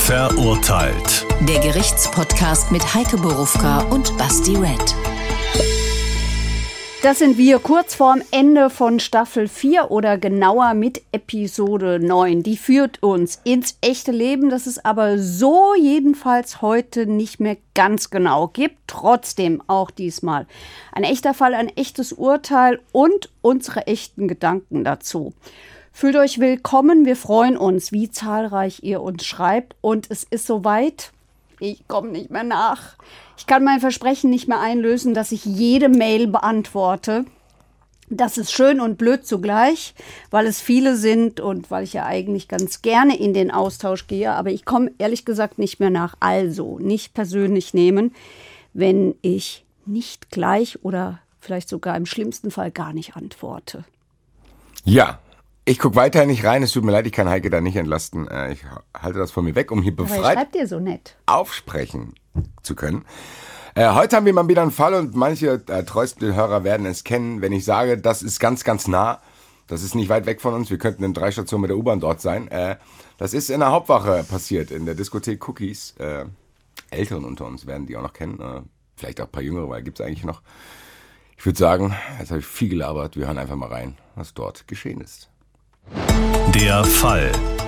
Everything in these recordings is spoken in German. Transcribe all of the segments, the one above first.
Verurteilt. Der Gerichtspodcast mit Heike Borufka und Basti Red. Das sind wir kurz vorm Ende von Staffel 4 oder genauer mit Episode 9. Die führt uns ins echte Leben, das es aber so jedenfalls heute nicht mehr ganz genau gibt. Trotzdem auch diesmal ein echter Fall, ein echtes Urteil und unsere echten Gedanken dazu. Fühlt euch willkommen, wir freuen uns, wie zahlreich ihr uns schreibt. Und es ist soweit, ich komme nicht mehr nach. Ich kann mein Versprechen nicht mehr einlösen, dass ich jede Mail beantworte. Das ist schön und blöd zugleich, weil es viele sind und weil ich ja eigentlich ganz gerne in den Austausch gehe. Aber ich komme ehrlich gesagt nicht mehr nach. Also nicht persönlich nehmen, wenn ich nicht gleich oder vielleicht sogar im schlimmsten Fall gar nicht antworte. Ja. Ich gucke weiterhin nicht rein, es tut mir leid, ich kann Heike da nicht entlasten. Ich halte das von mir weg, um hier befreit schreibt ihr so nett aufsprechen zu können. Heute haben wir mal wieder einen Fall und manche treuesten Hörer werden es kennen, wenn ich sage, das ist ganz, ganz nah. Das ist nicht weit weg von uns, wir könnten in 3 Stationen mit der U-Bahn dort sein. Das ist in der Hauptwache passiert, in der Diskothek Cookies. Älteren unter uns werden die auch noch kennen, vielleicht auch ein paar Jüngere, weil gibt es eigentlich noch. Ich würde sagen, jetzt habe ich viel gelabert, wir hören einfach mal rein, was dort geschehen ist. Der Fall.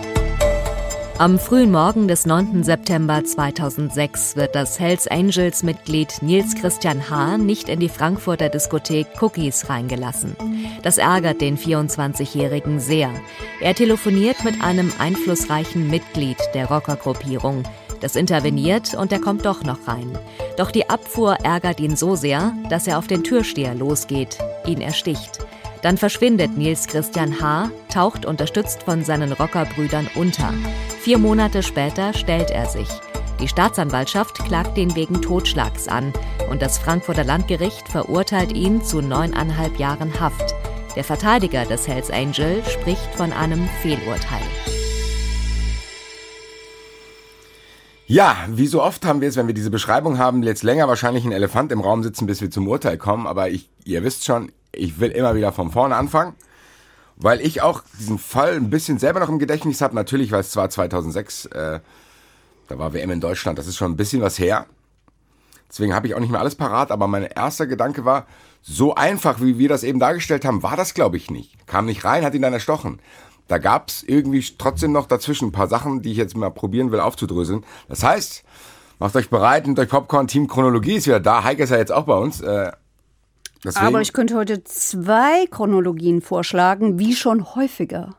Am frühen Morgen des 9. September 2006 wird das Hells Angels-Mitglied Nils Christian H. nicht in die Frankfurter Diskothek Cookies reingelassen. Das ärgert den 24-Jährigen sehr. Er telefoniert mit einem einflussreichen Mitglied der Rockergruppierung. Das interveniert und er kommt doch noch rein. Doch die Abfuhr ärgert ihn so sehr, dass er auf den Türsteher losgeht, ihn ersticht. Dann verschwindet Nils Christian H., taucht unterstützt von seinen Rockerbrüdern unter. 4 Monate später stellt er sich. Die Staatsanwaltschaft klagt ihn wegen Totschlags an und das Frankfurter Landgericht verurteilt ihn zu 9,5 Jahren Haft. Der Verteidiger des Hells Angel spricht von einem Fehlurteil. Ja, wie so oft haben wir es, wenn wir diese Beschreibung haben, jetzt länger wahrscheinlich ein Elefant im Raum sitzen, bis wir zum Urteil kommen. Aber ihr wisst schon, ich will immer wieder von vorne anfangen, weil ich auch diesen Fall ein bisschen selber noch im Gedächtnis habe. Natürlich, weil es zwar 2006, da war WM in Deutschland, das ist schon ein bisschen was her. Deswegen habe ich auch nicht mehr alles parat, aber mein erster Gedanke war, so einfach, wie wir das eben dargestellt haben, war das, glaube ich, nicht. Kam nicht rein, hat ihn dann erstochen. Da gab es irgendwie trotzdem noch dazwischen ein paar Sachen, die ich jetzt mal probieren will aufzudröseln. Das heißt, macht euch bereit, nehmt euch Popcorn, Team Chronologie ist wieder da. Heike ist ja jetzt auch bei uns. Deswegen. Aber ich könnte heute 2 Chronologien vorschlagen, wie schon häufiger.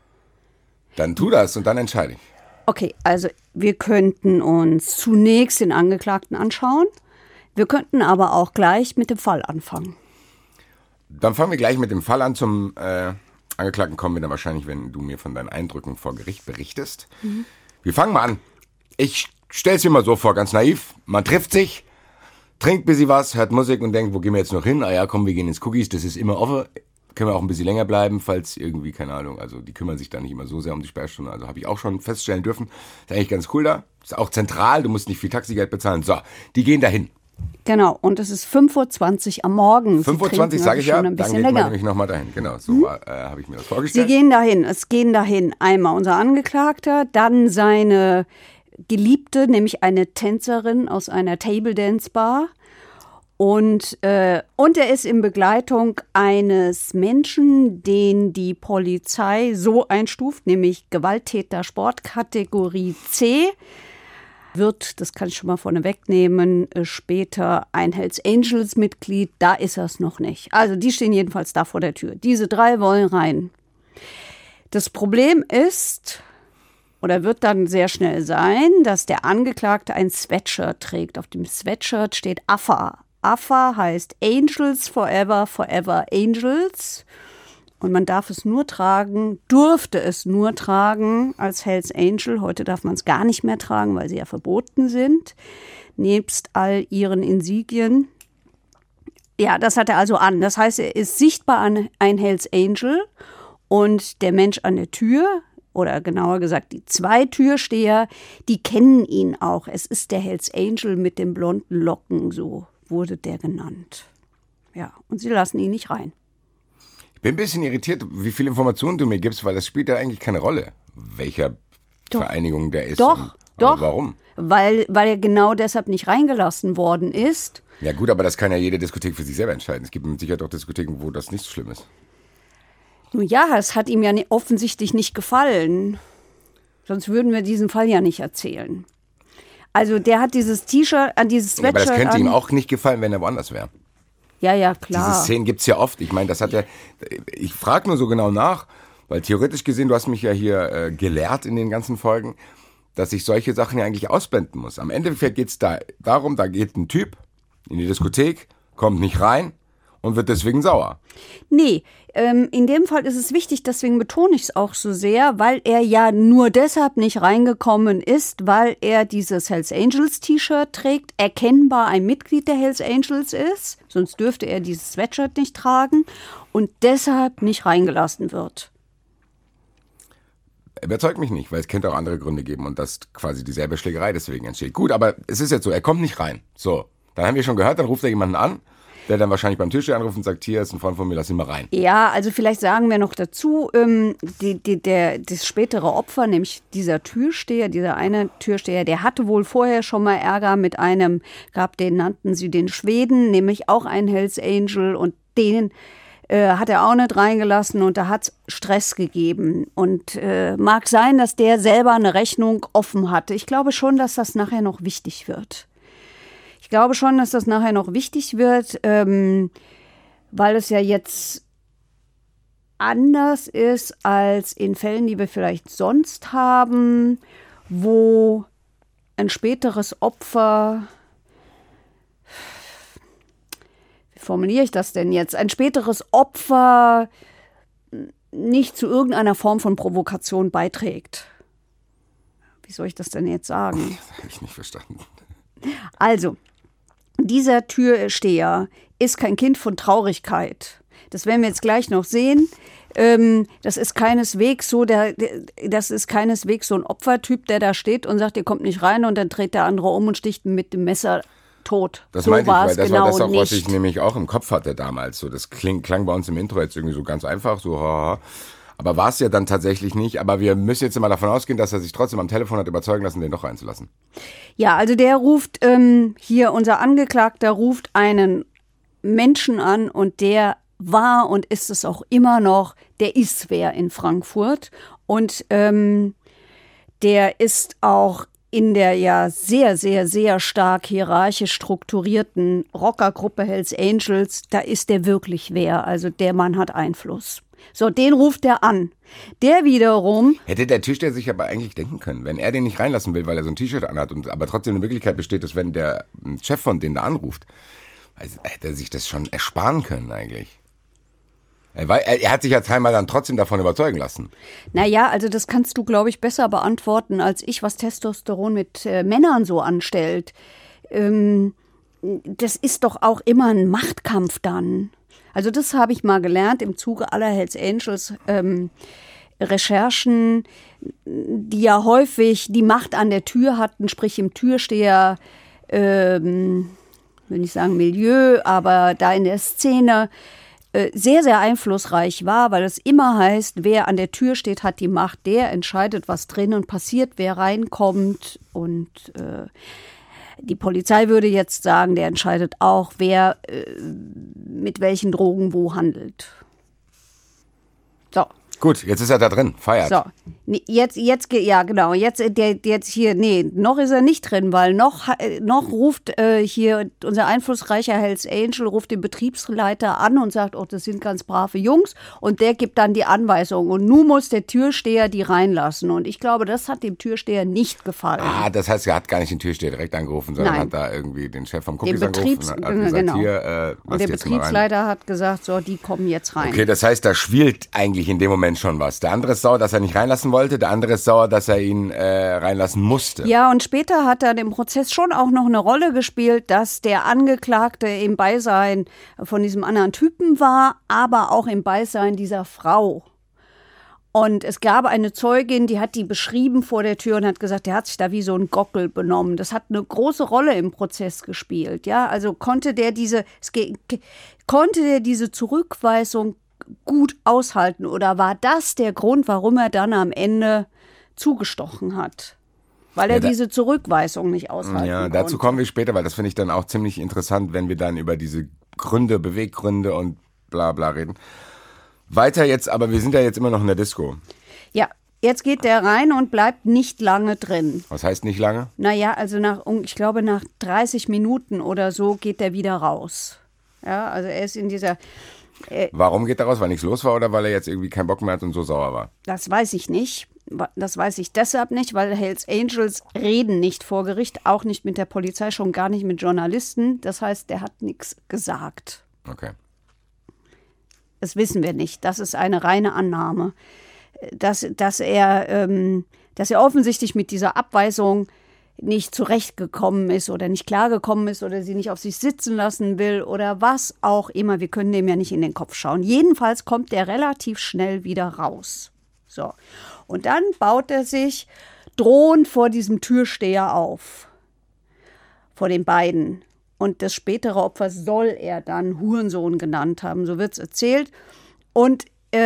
Dann tu das und dann entscheide ich. Okay, also wir könnten uns zunächst den Angeklagten anschauen. Wir könnten aber auch gleich mit dem Fall anfangen. Dann fangen wir gleich mit dem Fall an. Zum Angeklagten kommen wir dann wahrscheinlich, wenn du mir von deinen Eindrücken vor Gericht berichtest. Wir fangen mal an. Ich stell's mir mal so vor, ganz naiv. Man trifft sich, trinkt ein bisschen was, hört Musik und denkt, wo gehen wir jetzt noch hin? Ah ja, komm, wir gehen ins Cookies, das ist immer offen. Können wir auch ein bisschen länger bleiben, falls irgendwie, keine Ahnung, also die kümmern sich da nicht immer so sehr um die Sperrstunde. Also habe ich auch schon feststellen dürfen. Ist eigentlich ganz cool da. Ist auch zentral, du musst nicht viel Taxigeld bezahlen. So, die gehen dahin. Genau, und es ist 5:20 Uhr am Morgen. 5:20 Uhr, sage ich ja, dann geht man länger. nämlich nochmal dahin. Genau, so habe ich mir das vorgestellt. Sie gehen dahin, es gehen dahin einmal unser Angeklagter, dann seine Geliebte, nämlich eine Tänzerin aus einer Table Dance Bar. Und er ist in Begleitung eines Menschen, den die Polizei so einstuft, nämlich Gewalttäter Sportkategorie C. Wird, das kann ich schon mal vorne wegnehmen, später ein Hells Angels Mitglied, da ist er es noch nicht. Also die stehen jedenfalls da vor der Tür. Diese 3 wollen rein. Das Problem ist, oder wird dann sehr schnell sein, dass der Angeklagte ein Sweatshirt trägt. Auf dem Sweatshirt steht AFA. AFA heißt Angels Forever, Forever Angels. Und man darf es nur tragen, durfte es nur tragen als Hells Angel. Heute darf man es gar nicht mehr tragen, weil sie ja verboten sind, nebst all ihren Insigien. Ja, das hat er also an. Das heißt, er ist sichtbar ein Hells Angel und der Mensch an der Tür, oder genauer gesagt die 2 Türsteher, die kennen ihn auch. Es ist der Hells Angel mit den blonden Locken, so wurde der genannt. Ja, und sie lassen ihn nicht rein. Ich bin ein bisschen irritiert, wie viel Informationen du mir gibst, weil das spielt ja eigentlich keine Rolle, welcher Vereinigung der ist. Doch, Doch. Aber warum? Weil er genau deshalb nicht reingelassen worden ist. Ja gut, aber das kann ja jede Diskothek für sich selber entscheiden. Es gibt mit Sicherheit auch Diskotheken, wo das nicht so schlimm ist. Nun ja, es hat ihm ja offensichtlich nicht gefallen. Sonst würden wir diesen Fall ja nicht erzählen. Also der hat dieses T-Shirt, dieses Sweatshirt aber das könnte ihm auch nicht gefallen, wenn er woanders wäre. Ja, klar. Diese Szenen gibt's ja oft. Ich meine, das hat ja... Ich frage nur so genau nach, weil theoretisch gesehen, du hast mich ja hier gelehrt in den ganzen Folgen, dass ich solche Sachen ja eigentlich ausblenden muss. Am Endeffekt geht's darum, da geht ein Typ in die Diskothek, kommt nicht rein und wird deswegen sauer. Nee, in dem Fall ist es wichtig, deswegen betone ich es auch so sehr, weil er ja nur deshalb nicht reingekommen ist, weil er dieses Hells Angels T-Shirt trägt, erkennbar ein Mitglied der Hells Angels ist, sonst dürfte er dieses Sweatshirt nicht tragen und deshalb nicht reingelassen wird. Überzeugt mich nicht, weil es könnte auch andere Gründe geben und dass quasi dieselbe Schlägerei deswegen entsteht. Gut, aber es ist jetzt so, er kommt nicht rein. So, dann haben wir schon gehört, dann ruft er jemanden an, der dann wahrscheinlich beim Türsteher anruft und sagt, hier ist ein Freund von mir, lass ihn mal rein. Ja, also vielleicht sagen wir noch dazu, das spätere Opfer, nämlich dieser Türsteher, dieser eine Türsteher, der hatte wohl vorher schon mal Ärger mit einem, den nannten sie den Schweden, nämlich auch ein Hells Angel und den hat er auch nicht reingelassen und da hat es Stress gegeben. Und mag sein, dass der selber eine Rechnung offen hatte. Ich glaube schon, dass das nachher noch wichtig wird. Weil es ja jetzt anders ist als in Fällen, die wir vielleicht sonst haben, wo ein späteres Opfer, wie formuliere ich das denn jetzt, ein späteres Opfer nicht zu irgendeiner Form von Provokation beiträgt. Wie soll ich das denn jetzt sagen? Das habe ich nicht verstanden. Also, dieser Türsteher ist kein Kind von Traurigkeit. Das werden wir jetzt gleich noch sehen. Das ist keineswegs so ein Opfertyp, der da steht und sagt, ihr kommt nicht rein und dann dreht der andere um und sticht ihn mit dem Messer tot. Das so meinte ich, weil das genau war das auch, nicht. was ich nämlich auch im Kopf hatte damals. So, das klang bei uns im Intro jetzt irgendwie so ganz einfach, so haha. Aber war es ja dann tatsächlich nicht. Aber wir müssen jetzt immer davon ausgehen, dass er sich trotzdem am Telefon hat überzeugen lassen, den doch reinzulassen. Ja, also der ruft, hier unser Angeklagter ruft einen Menschen an und der war und ist es auch immer noch, der ist wer in Frankfurt. Und der ist auch in der ja sehr, sehr, sehr stark hierarchisch strukturierten Rockergruppe Hells Angels, da ist der wirklich wer. Also der Mann hat Einfluss. So, den ruft er an. Der wiederum... Hätte der Türsteher sich aber eigentlich denken können, wenn er den nicht reinlassen will, weil er so ein T-Shirt anhat und aber trotzdem eine Möglichkeit besteht, dass wenn der Chef von denen da anruft, also hätte er sich das schon ersparen können eigentlich. Er hat sich ja dreimal dann trotzdem davon überzeugen lassen. Naja, also das kannst du, glaube ich, besser beantworten als ich, was Testosteron mit Männern so anstellt. Das ist doch auch immer ein Machtkampf dann. Also das habe ich mal gelernt im Zuge aller Hells Angels Recherchen, die ja häufig die Macht an der Tür hatten, sprich im Türsteher, will nicht sagen Milieu, aber da in der Szene sehr, sehr einflussreich war, weil es immer heißt, wer an der Tür steht, hat die Macht, der entscheidet, was drinnen passiert, wer reinkommt und die Polizei würde jetzt sagen, der entscheidet auch, wer mit welchen Drogen wo handelt. So. Gut, jetzt ist er da drin, feiert. So, jetzt ja genau, jetzt hier, noch ist er nicht drin, weil noch ruft hier unser einflussreicher Hells Angel, ruft den Betriebsleiter an und sagt, oh, das sind ganz brave Jungs und der gibt dann die Anweisung und nun muss der Türsteher die reinlassen und ich glaube, das hat dem Türsteher nicht gefallen. Ah, das heißt, er hat gar nicht den Türsteher direkt angerufen, sondern hat da irgendwie den Chef vom Cookies angerufen und hat gesagt, genau. Hier, und der Betriebsleiter hat gesagt, so, die kommen jetzt rein. Okay, das heißt, da schwillt eigentlich in dem Moment schon was. Der andere ist sauer, dass er nicht reinlassen wollte, der andere ist sauer, dass er ihn reinlassen musste. Ja, und später hat dann im Prozess schon auch noch eine Rolle gespielt, dass der Angeklagte im Beisein von diesem anderen Typen war, aber auch im Beisein dieser Frau. Und es gab eine Zeugin, die hat die beschrieben vor der Tür und hat gesagt, der hat sich da wie so ein Gockel benommen. Das hat eine große Rolle im Prozess gespielt. Ja, also konnte der diese Zurückweisung gut aushalten oder war das der Grund, warum er dann am Ende zugestochen hat? weil er diese Zurückweisung nicht aushalten Ja, konnte. dazu kommen wir später, weil das finde ich dann auch ziemlich interessant, wenn wir dann über diese Gründe, Beweggründe und bla bla reden. Weiter jetzt, aber wir sind ja jetzt immer noch in der Disco. Ja, jetzt geht der rein und bleibt nicht lange drin. Was heißt nicht lange? Naja, also ich glaube nach 30 Minuten oder so geht er wieder raus. Ja, also er ist in dieser... Warum geht er raus? Weil nichts los war oder weil er jetzt irgendwie keinen Bock mehr hat und so sauer war? Das weiß ich nicht. Das weiß ich deshalb nicht, weil Hells Angels reden nicht vor Gericht, auch nicht mit der Polizei, schon gar nicht mit Journalisten. Das heißt, der hat nichts gesagt. Okay. Das wissen wir nicht. Das ist eine reine Annahme. Dass er offensichtlich mit dieser Abweisung nicht zurechtgekommen ist oder nicht klargekommen ist oder sie nicht auf sich sitzen lassen will oder was auch immer. Wir können dem ja nicht in den Kopf schauen. Jedenfalls kommt der relativ schnell wieder raus. So. Und dann baut er sich drohend vor diesem Türsteher auf. Vor den beiden. Und das spätere Opfer soll er dann Hurensohn genannt haben. So wird es erzählt. Und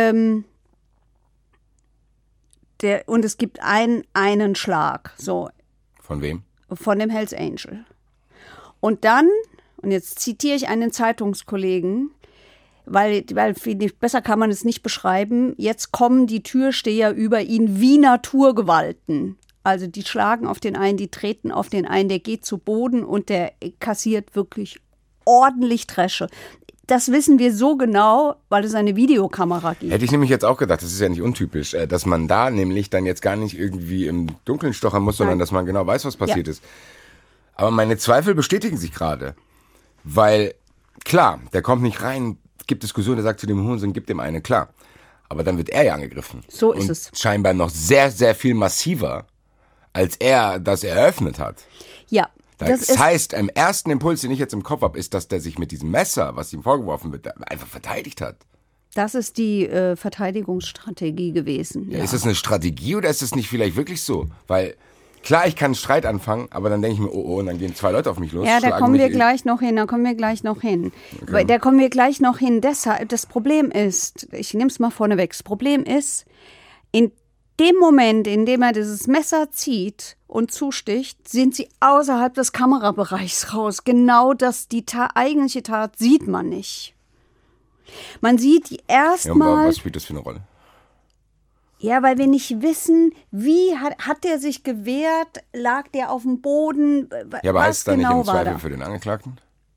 es gibt einen Schlag. So. Von wem? Von dem Hells Angel. Und dann, und jetzt zitiere ich einen Zeitungskollegen, weil besser kann man es nicht beschreiben, jetzt kommen die Türsteher über ihn wie Naturgewalten. Also die schlagen auf den einen, die treten auf den einen, der geht zu Boden und der kassiert wirklich ordentlich Dresche. Das wissen wir so genau, weil es eine Videokamera gibt. Hätte ich nämlich jetzt auch gedacht, das ist ja nicht untypisch, dass man da nämlich dann jetzt gar nicht irgendwie im Dunkeln stochern muss, sondern dass man genau weiß, was passiert ist. Aber meine Zweifel bestätigen sich gerade. Weil, klar, der kommt nicht rein, gibt Diskussionen, der sagt zu dem Hurensohn, gibt dem eine, klar. Aber dann wird er ja angegriffen. So ist es. Scheinbar noch sehr, sehr viel massiver, als er das eröffnet hat. Ja. Das heißt, im ersten Impuls, den ich jetzt im Kopf habe, ist, dass der sich mit diesem Messer, was ihm vorgeworfen wird, einfach verteidigt hat. Das ist die Verteidigungsstrategie gewesen. Ja. Ist das eine Strategie oder ist das nicht vielleicht wirklich so? Weil, klar, ich kann einen Streit anfangen, aber dann denke ich mir, oh, und dann gehen 2 Leute auf mich los. Ja, da kommen wir gleich noch hin, Okay. Da kommen wir gleich noch hin. Deshalb, das Problem ist, ich nehme es mal vorneweg, das Problem ist, in dem Moment, in dem er dieses Messer zieht und zusticht, sind sie außerhalb des Kamerabereichs raus. Genau das, die eigentliche Tat sieht man nicht. Man sieht die erstmal... Ja, was spielt das für eine Rolle? Ja, weil wir nicht wissen, wie hat der sich gewehrt, lag der auf dem Boden, ja, aber was heißt es dann genau nicht im war Zweifel da? für den Angeklagten?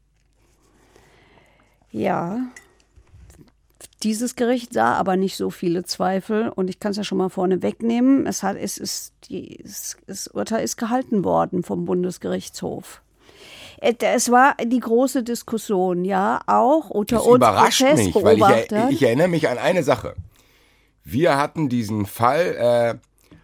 Ja, dieses Gericht sah aber nicht so viele Zweifel und ich kann es ja schon mal vorne wegnehmen. Das Urteil ist gehalten worden vom Bundesgerichtshof. Es war die große Diskussion, ja, auch unter uns Prozessbeobachtern. Weil ich erinnere mich an eine Sache. Wir hatten diesen Fall,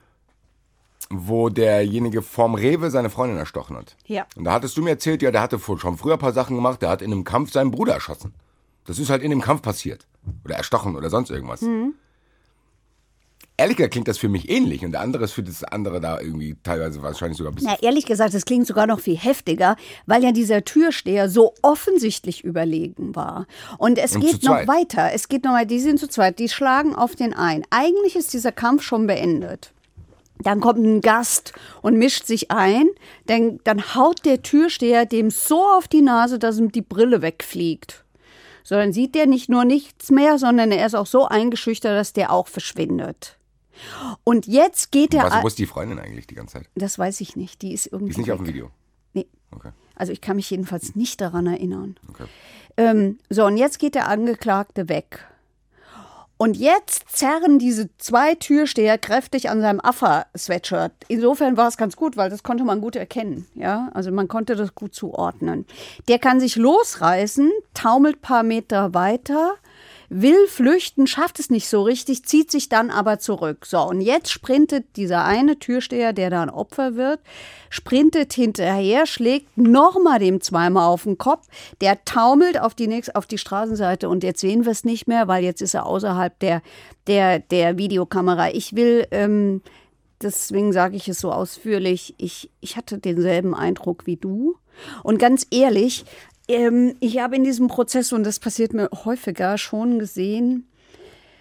wo derjenige vorm Rewe seine Freundin erstochen hat. Ja. Und da hattest du mir erzählt, ja, der hatte schon früher ein paar Sachen gemacht, der hat in einem Kampf seinen Bruder erschossen. Das ist halt in dem Kampf passiert. Oder erstochen oder sonst irgendwas. Mhm. Ehrlich gesagt klingt das für mich ähnlich und der andere ist für das andere da irgendwie teilweise wahrscheinlich sogar ein bisschen... Na, ehrlich gesagt, das klingt sogar noch viel heftiger, weil ja dieser Türsteher so offensichtlich überlegen war. Und es geht noch weiter. Die sind zu zweit, die schlagen auf den einen. Eigentlich ist dieser Kampf schon beendet. Dann kommt ein Gast und mischt sich ein. Dann haut der Türsteher dem so auf die Nase, dass ihm die Brille wegfliegt. So, dann sieht der nicht nur nichts mehr, sondern er ist auch so eingeschüchtert, dass der auch verschwindet. Und jetzt geht er... Wo ist die Freundin eigentlich die ganze Zeit? Das weiß ich nicht. Die ist irgendwie... Die ist nicht auf dem Video? Nee. Okay. Also ich kann mich jedenfalls nicht daran erinnern. Okay. So, und jetzt geht der Angeklagte weg. Und jetzt zerren diese 2 Türsteher kräftig an seinem AFA-Sweatshirt. Insofern war es ganz gut, weil das konnte man gut erkennen. Ja? Also man konnte das gut zuordnen. Der kann sich losreißen, taumelt ein paar Meter weiter, will flüchten, schafft es nicht so richtig, zieht sich dann aber zurück. So, und jetzt sprintet dieser eine Türsteher, der da ein Opfer wird, sprintet hinterher, schlägt nochmal dem zweimal auf den Kopf. Der taumelt auf die Straßenseite und jetzt sehen wir es nicht mehr, weil jetzt ist er außerhalb der Videokamera. Ich will, deswegen sage ich es so ausführlich, ich hatte denselben Eindruck wie du. Und ganz ehrlich, ich habe in diesem Prozess, und das passiert mir häufiger, schon gesehen,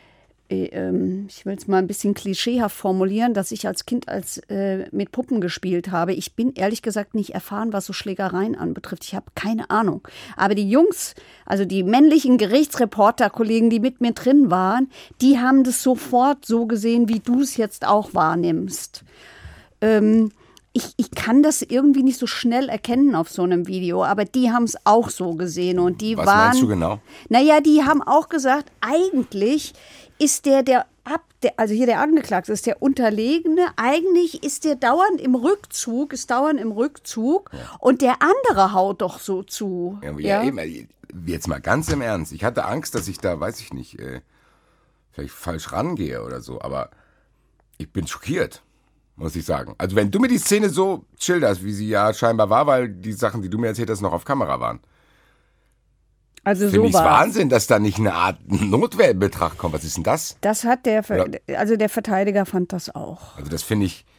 ich will es mal ein bisschen klischeehaft formulieren, dass ich als Kind mit Puppen gespielt habe. Ich bin ehrlich gesagt nicht erfahren, was so Schlägereien anbetrifft. Ich habe keine Ahnung. Aber die Jungs, also die männlichen Gerichtsreporter-Kollegen, die mit mir drin waren, die haben das sofort so gesehen, wie du es jetzt auch wahrnimmst. Ich kann das irgendwie nicht so schnell erkennen auf so einem Video, aber die haben es auch so gesehen. Und die Was meinst du genau? Naja, die haben auch gesagt, eigentlich ist also hier der Angeklagte ist der Unterlegene, eigentlich ist der dauernd im Rückzug, und der andere haut doch so zu. Ja, eben, jetzt mal ganz im Ernst. Ich hatte Angst, dass ich da, weiß ich nicht, vielleicht falsch rangehe oder so, aber ich bin schockiert, muss ich sagen. Also wenn du mir die Szene so schilderst, wie sie ja scheinbar war, weil die Sachen, die du mir erzählt hast, noch auf Kamera waren. Also Finde so ich war Wahnsinn, dass da nicht eine Art Notwehr in Betracht kommt. Was ist denn das? Das hat der Verteidiger fand das auch. Also das finde ich,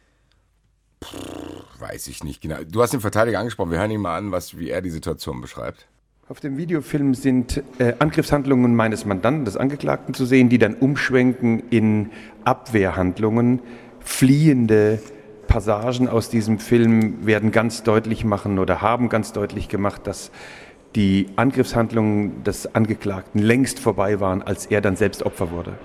weiß ich nicht genau. Du hast den Verteidiger angesprochen. Wir hören ihn mal an, wie er die Situation beschreibt. Auf dem Videofilm sind Angriffshandlungen meines Mandanten, des Angeklagten, zu sehen, die dann umschwenken in Abwehrhandlungen. Fliehende Passagen aus diesem Film werden ganz deutlich machen oder haben ganz deutlich gemacht, dass die Angriffshandlungen des Angeklagten längst vorbei waren, als er dann selbst Opfer wurde.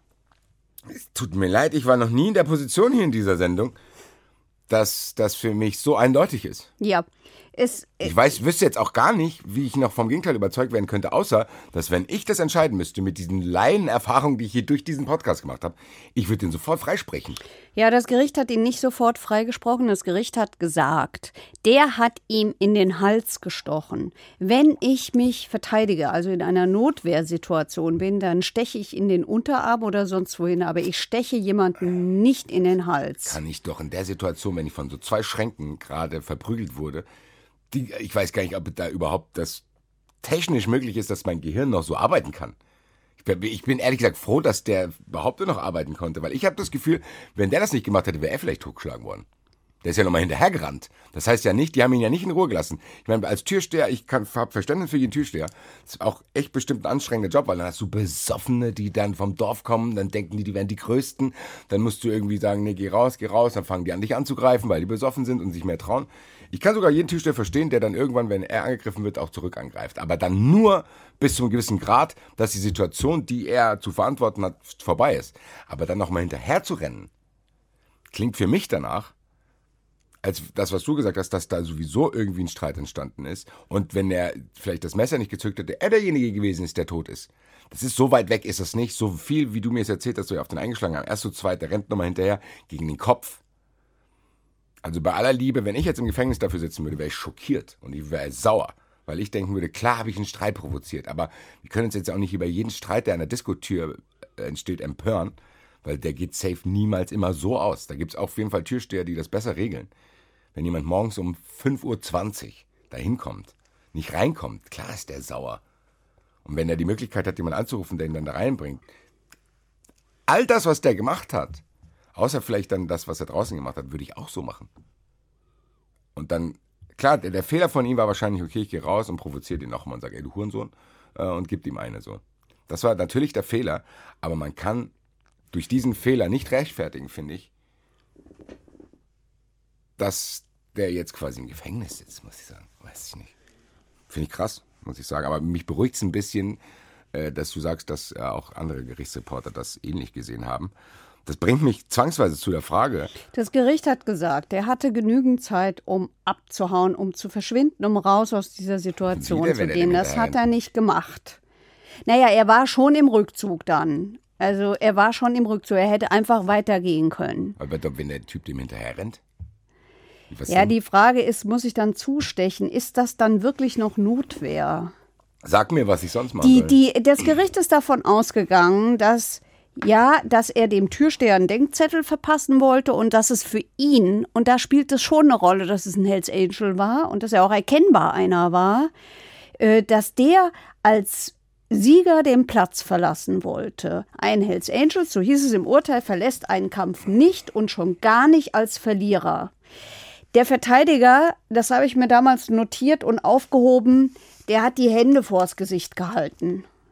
Es tut mir leid, ich war noch nie in der Position hier in dieser Sendung, dass das für mich so eindeutig ist. Ja. Ich wüsste jetzt auch gar nicht, wie ich noch vom Gegenteil überzeugt werden könnte, außer, dass wenn ich das entscheiden müsste, mit diesen Laienerfahrungen, die ich hier durch diesen Podcast gemacht habe, ich würde ihn sofort freisprechen. Ja, das Gericht hat ihn nicht sofort freigesprochen. Das Gericht hat gesagt, der hat ihm in den Hals gestochen. Wenn ich mich verteidige, also in einer Notwehrsituation bin, dann steche ich in den Unterarm oder sonst wohin, aber ich steche jemanden nicht in den Hals. Kann ich doch in der Situation, wenn ich von so 2 Schränken gerade verprügelt wurde, ich weiß gar nicht, ob da überhaupt das technisch möglich ist, dass mein Gehirn noch so arbeiten kann. Ich bin ehrlich gesagt froh, dass der überhaupt noch arbeiten konnte, weil ich habe das Gefühl, wenn der das nicht gemacht hätte, wäre er vielleicht totgeschlagen worden. Der ist ja nochmal hinterhergerannt. Das heißt ja nicht, die haben ihn ja nicht in Ruhe gelassen. Ich meine, als Türsteher, ich habe Verständnis für jeden Türsteher. Das ist auch echt bestimmt ein anstrengender Job, weil dann hast du Besoffene, die dann vom Dorf kommen, dann denken die wären die Größten. Dann musst du irgendwie sagen, nee, geh raus, dann fangen die an, dich anzugreifen, weil die besoffen sind und sich mehr trauen. Ich kann sogar jeden Türsteher verstehen, der dann irgendwann, wenn er angegriffen wird, auch zurück angreift. Aber dann nur bis zu einem gewissen Grad, dass die Situation, die er zu verantworten hat, vorbei ist. Aber dann nochmal hinterher zu rennen, klingt für mich danach, als das, was du gesagt hast, dass da sowieso irgendwie ein Streit entstanden ist. Und wenn er vielleicht das Messer nicht gezückt hätte, er derjenige gewesen ist, der tot ist. Das ist so weit weg, ist das nicht. So viel, wie du mir es erzählt hast, du auf den eingeschlagen hast. Erst so zweit, der rennt nochmal hinterher gegen den Kopf. Also bei aller Liebe, wenn ich jetzt im Gefängnis dafür sitzen würde, wäre ich schockiert und ich wäre sauer. Weil ich denken würde, klar habe ich einen Streit provoziert. Aber wir können uns jetzt auch nicht über jeden Streit, der an der Diskotür entsteht, empören. Weil der geht safe niemals immer so aus. Da gibt es auf jeden Fall Türsteher, die das besser regeln. Wenn jemand morgens um 5:20 Uhr da hinkommt, nicht reinkommt, klar ist der sauer. Und wenn er die Möglichkeit hat, jemanden anzurufen, der ihn dann da reinbringt, all das, was der gemacht hat, außer vielleicht dann das, was er draußen gemacht hat, würde ich auch so machen. Und dann, klar, der Fehler von ihm war wahrscheinlich, okay, ich gehe raus und provoziere den nochmal und sage, ey, du Hurensohn, und gib ihm eine so. Das war natürlich der Fehler, aber man kann durch diesen Fehler nicht rechtfertigen, finde ich, dass der jetzt quasi im Gefängnis sitzt, muss ich sagen. Weiß ich nicht. Finde ich krass, muss ich sagen. Aber mich beruhigt es ein bisschen, dass du sagst, dass auch andere Gerichtsreporter das ähnlich gesehen haben. Das bringt mich zwangsweise zu der Frage. Das Gericht hat gesagt, er hatte genügend Zeit, um abzuhauen, um zu verschwinden, um raus aus dieser Situation zu gehen. Das hat er nicht gemacht. Naja, er war schon im Rückzug dann. Also er war schon im Rückzug. Er hätte einfach weitergehen können. Aber wenn der Typ dem hinterher rennt? Ja, die Frage ist, muss ich dann zustechen? Ist das dann wirklich noch Notwehr? Sag mir, was ich sonst machen soll. Das Gericht ist davon ausgegangen, dass er dem Türsteher einen Denkzettel verpassen wollte und dass es für ihn, und da spielt es schon eine Rolle, dass es ein Hells Angel war und dass er auch erkennbar einer war, dass der als Sieger den Platz verlassen wollte. Ein Hells Angel, so hieß es im Urteil, verlässt einen Kampf nicht und schon gar nicht als Verlierer. Der Verteidiger, das habe ich mir damals notiert und aufgehoben, der hat die Hände vors Gesicht gehalten.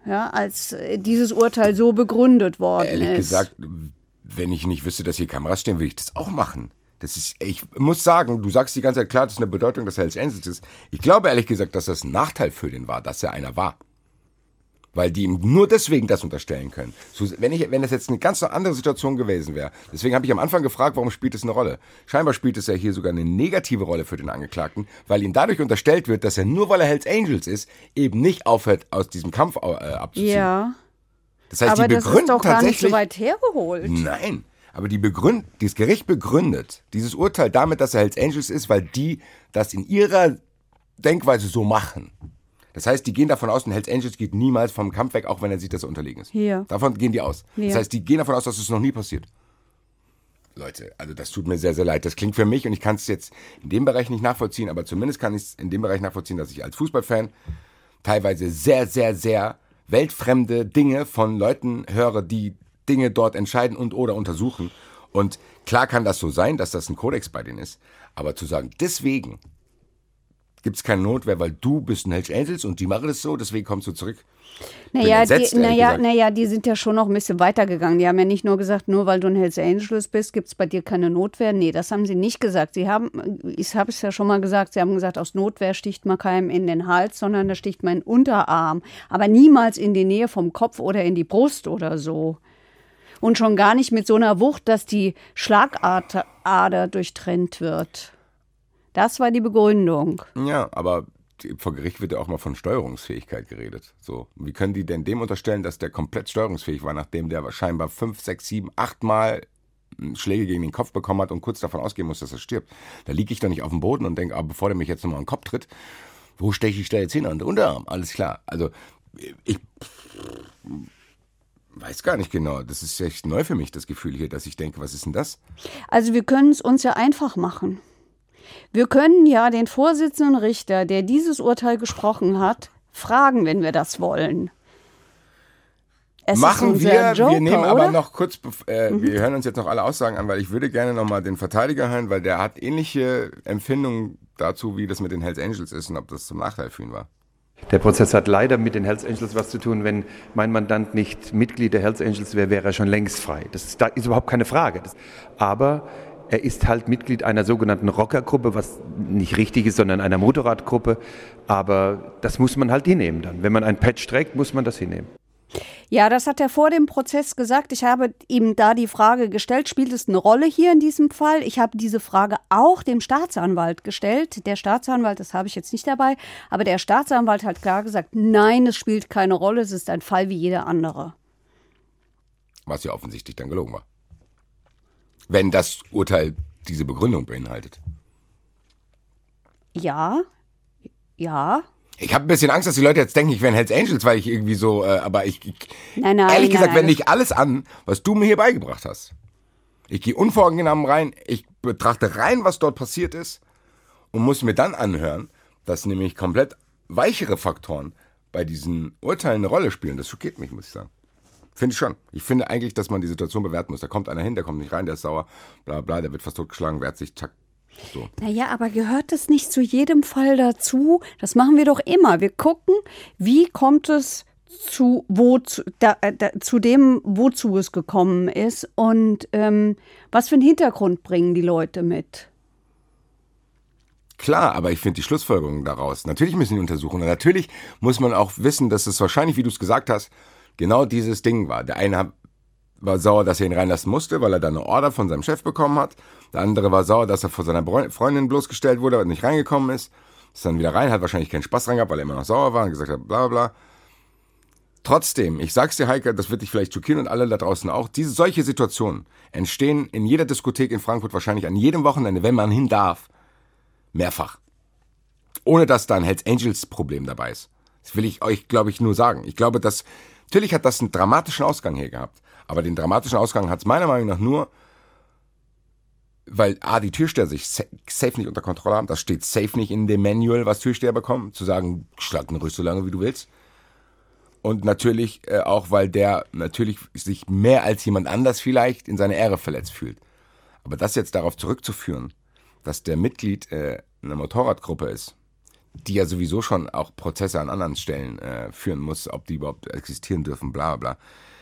ja, als dieses Urteil so begründet worden ist. Ehrlich gesagt, wenn ich nicht wüsste, dass hier Kameras stehen, würde ich das auch machen. Ich muss sagen, du sagst die ganze Zeit, klar, das ist eine Bedeutung, dass er Hells Angels ist. Ich glaube ehrlich gesagt, dass das ein Nachteil für den war, dass er einer war. Weil die ihm nur deswegen das unterstellen können. So, wenn das jetzt eine ganz andere Situation gewesen wäre. Deswegen habe ich am Anfang gefragt, warum spielt es eine Rolle? Scheinbar spielt es ja hier sogar eine negative Rolle für den Angeklagten, weil ihm dadurch unterstellt wird, dass er nur weil er Hells Angels ist, eben nicht aufhört, aus diesem Kampf abzuziehen. Ja. Das heißt, Aber die das begründen ist doch gar nicht so tatsächlich. weit hergeholt. Nein. Aber das Gericht begründet dieses Urteil damit, dass er Hells Angels ist, weil die das in ihrer Denkweise so machen. Das heißt, die gehen davon aus, ein Hells Angels geht niemals vom Kampf weg, auch wenn er sieht, dass er unterlegen ist. Hier. Davon gehen die aus. Hier. Das heißt, die gehen davon aus, dass es noch nie passiert. Leute, also das tut mir sehr, sehr leid. Das klingt für mich, und ich kann es jetzt in dem Bereich nicht nachvollziehen, aber zumindest kann ich es in dem Bereich nachvollziehen, dass ich als Fußballfan teilweise sehr, sehr, sehr weltfremde Dinge von Leuten höre, die Dinge dort entscheiden und oder untersuchen. Und klar kann das so sein, dass das ein Kodex bei denen ist. Aber zu sagen, deswegen gibt es keine Notwehr, weil du bist ein Hells Angels und die machen das so, deswegen kommst du zurück. Naja, die sind ja schon noch ein bisschen weitergegangen. Die haben ja nicht nur gesagt, nur weil du ein Hells Angels bist, gibt es bei dir keine Notwehr. Nee, das haben sie nicht gesagt. Ich habe es ja schon mal gesagt, sie haben gesagt, aus Notwehr sticht man keinem in den Hals, sondern da sticht man in den Unterarm. Aber niemals in die Nähe vom Kopf oder in die Brust oder so. Und schon gar nicht mit so einer Wucht, dass die Schlagader durchtrennt wird. Das war die Begründung. Ja, aber vor Gericht wird ja auch mal von Steuerungsfähigkeit geredet. So, wie können die denn dem unterstellen, dass der komplett steuerungsfähig war, nachdem der scheinbar 5, 6, 7, 8 Mal Schläge gegen den Kopf bekommen hat und kurz davon ausgehen muss, dass er stirbt? Da liege ich doch nicht auf dem Boden und denke, aber bevor der mich jetzt nochmal in den Kopf tritt, wo steche ich da jetzt hin? An den Unterarm, alles klar. Also, ich weiß gar nicht genau. Das ist echt neu für mich, das Gefühl hier, dass ich denke, was ist denn das? Also wir können es uns ja einfach machen. Wir können ja den Vorsitzenden Richter, der dieses Urteil gesprochen hat, fragen, wenn wir das wollen. Machen wir. Joker, Wir nehmen oder? aber noch kurz, wir hören uns jetzt noch alle Aussagen an, weil ich würde gerne nochmal den Verteidiger hören, weil der hat ähnliche Empfindungen dazu, wie das mit den Hells Angels ist und ob das zum Nachteil für ihn war. Der Prozess hat leider mit den Hells Angels was zu tun. Wenn mein Mandant nicht Mitglied der Hells Angels wäre, wäre er schon längst frei. Da ist überhaupt keine Frage. Aber er ist halt Mitglied einer sogenannten Rockergruppe, was nicht richtig ist, sondern einer Motorradgruppe. Aber das muss man halt hinnehmen dann. Wenn man ein Patch trägt, muss man das hinnehmen. Ja, das hat er vor dem Prozess gesagt. Ich habe ihm da die Frage gestellt, spielt es eine Rolle hier in diesem Fall? Ich habe diese Frage auch dem Staatsanwalt gestellt. Der Staatsanwalt, das habe ich jetzt nicht dabei, aber der Staatsanwalt hat klar gesagt, nein, es spielt keine Rolle, es ist ein Fall wie jeder andere. Was ja offensichtlich dann gelogen war. Wenn das Urteil diese Begründung beinhaltet. Ja. Ich habe ein bisschen Angst, dass die Leute jetzt denken, ich wäre ein Hells Angels, weil ich irgendwie so, aber Nein, ehrlich gesagt, nein. wende ich alles an, was du mir hier beigebracht hast. Ich gehe unvoreingenommen rein, ich betrachte rein, was dort passiert ist und muss mir dann anhören, dass nämlich komplett weichere Faktoren bei diesen Urteilen eine Rolle spielen. Das schockiert mich, muss ich sagen. Finde ich schon. Ich finde eigentlich, dass man die Situation bewerten muss. Da kommt einer hin, der kommt nicht rein, der ist sauer, bla bla, der wird fast totgeschlagen, wehrt sich, zack. So. Naja, aber gehört das nicht zu jedem Fall dazu? Das machen wir doch immer. Wir gucken, wie kommt es zu dem, wozu es gekommen ist und was für einen Hintergrund bringen die Leute mit? Klar, aber ich finde die Schlussfolgerung daraus, natürlich müssen die untersuchen und natürlich muss man auch wissen, dass es wahrscheinlich, wie du es gesagt hast, genau dieses Ding war. Der eine war sauer, dass er ihn reinlassen musste, weil er dann eine Order von seinem Chef bekommen hat. Der andere war sauer, dass er vor seiner Freundin bloßgestellt wurde und nicht reingekommen ist. Ist dann wieder rein, hat wahrscheinlich keinen Spaß dran gehabt, weil er immer noch sauer war und gesagt hat, bla bla bla. Trotzdem, ich sag's dir, Heike, das wird dich vielleicht schockieren und alle da draußen auch, solche Situationen entstehen in jeder Diskothek in Frankfurt wahrscheinlich an jedem Wochenende, wenn man hin darf, mehrfach. Ohne dass da ein Hells Angels Problem dabei ist. Das will ich euch, glaube ich, nur sagen. Ich glaube, natürlich hat das einen dramatischen Ausgang hier gehabt. Aber den dramatischen Ausgang hat es meiner Meinung nach nur, weil die Türsteher sich safe nicht unter Kontrolle haben. Das steht safe nicht in dem Manual, was Türsteher bekommen. Zu sagen, schlag den Rüst so lange, wie du willst. Und natürlich auch, weil der natürlich sich mehr als jemand anders vielleicht in seine Ehre verletzt fühlt. Aber das jetzt darauf zurückzuführen, dass der Mitglied einer Motorradgruppe ist, die ja sowieso schon auch Prozesse an anderen Stellen führen muss, ob die überhaupt existieren dürfen, bla bla.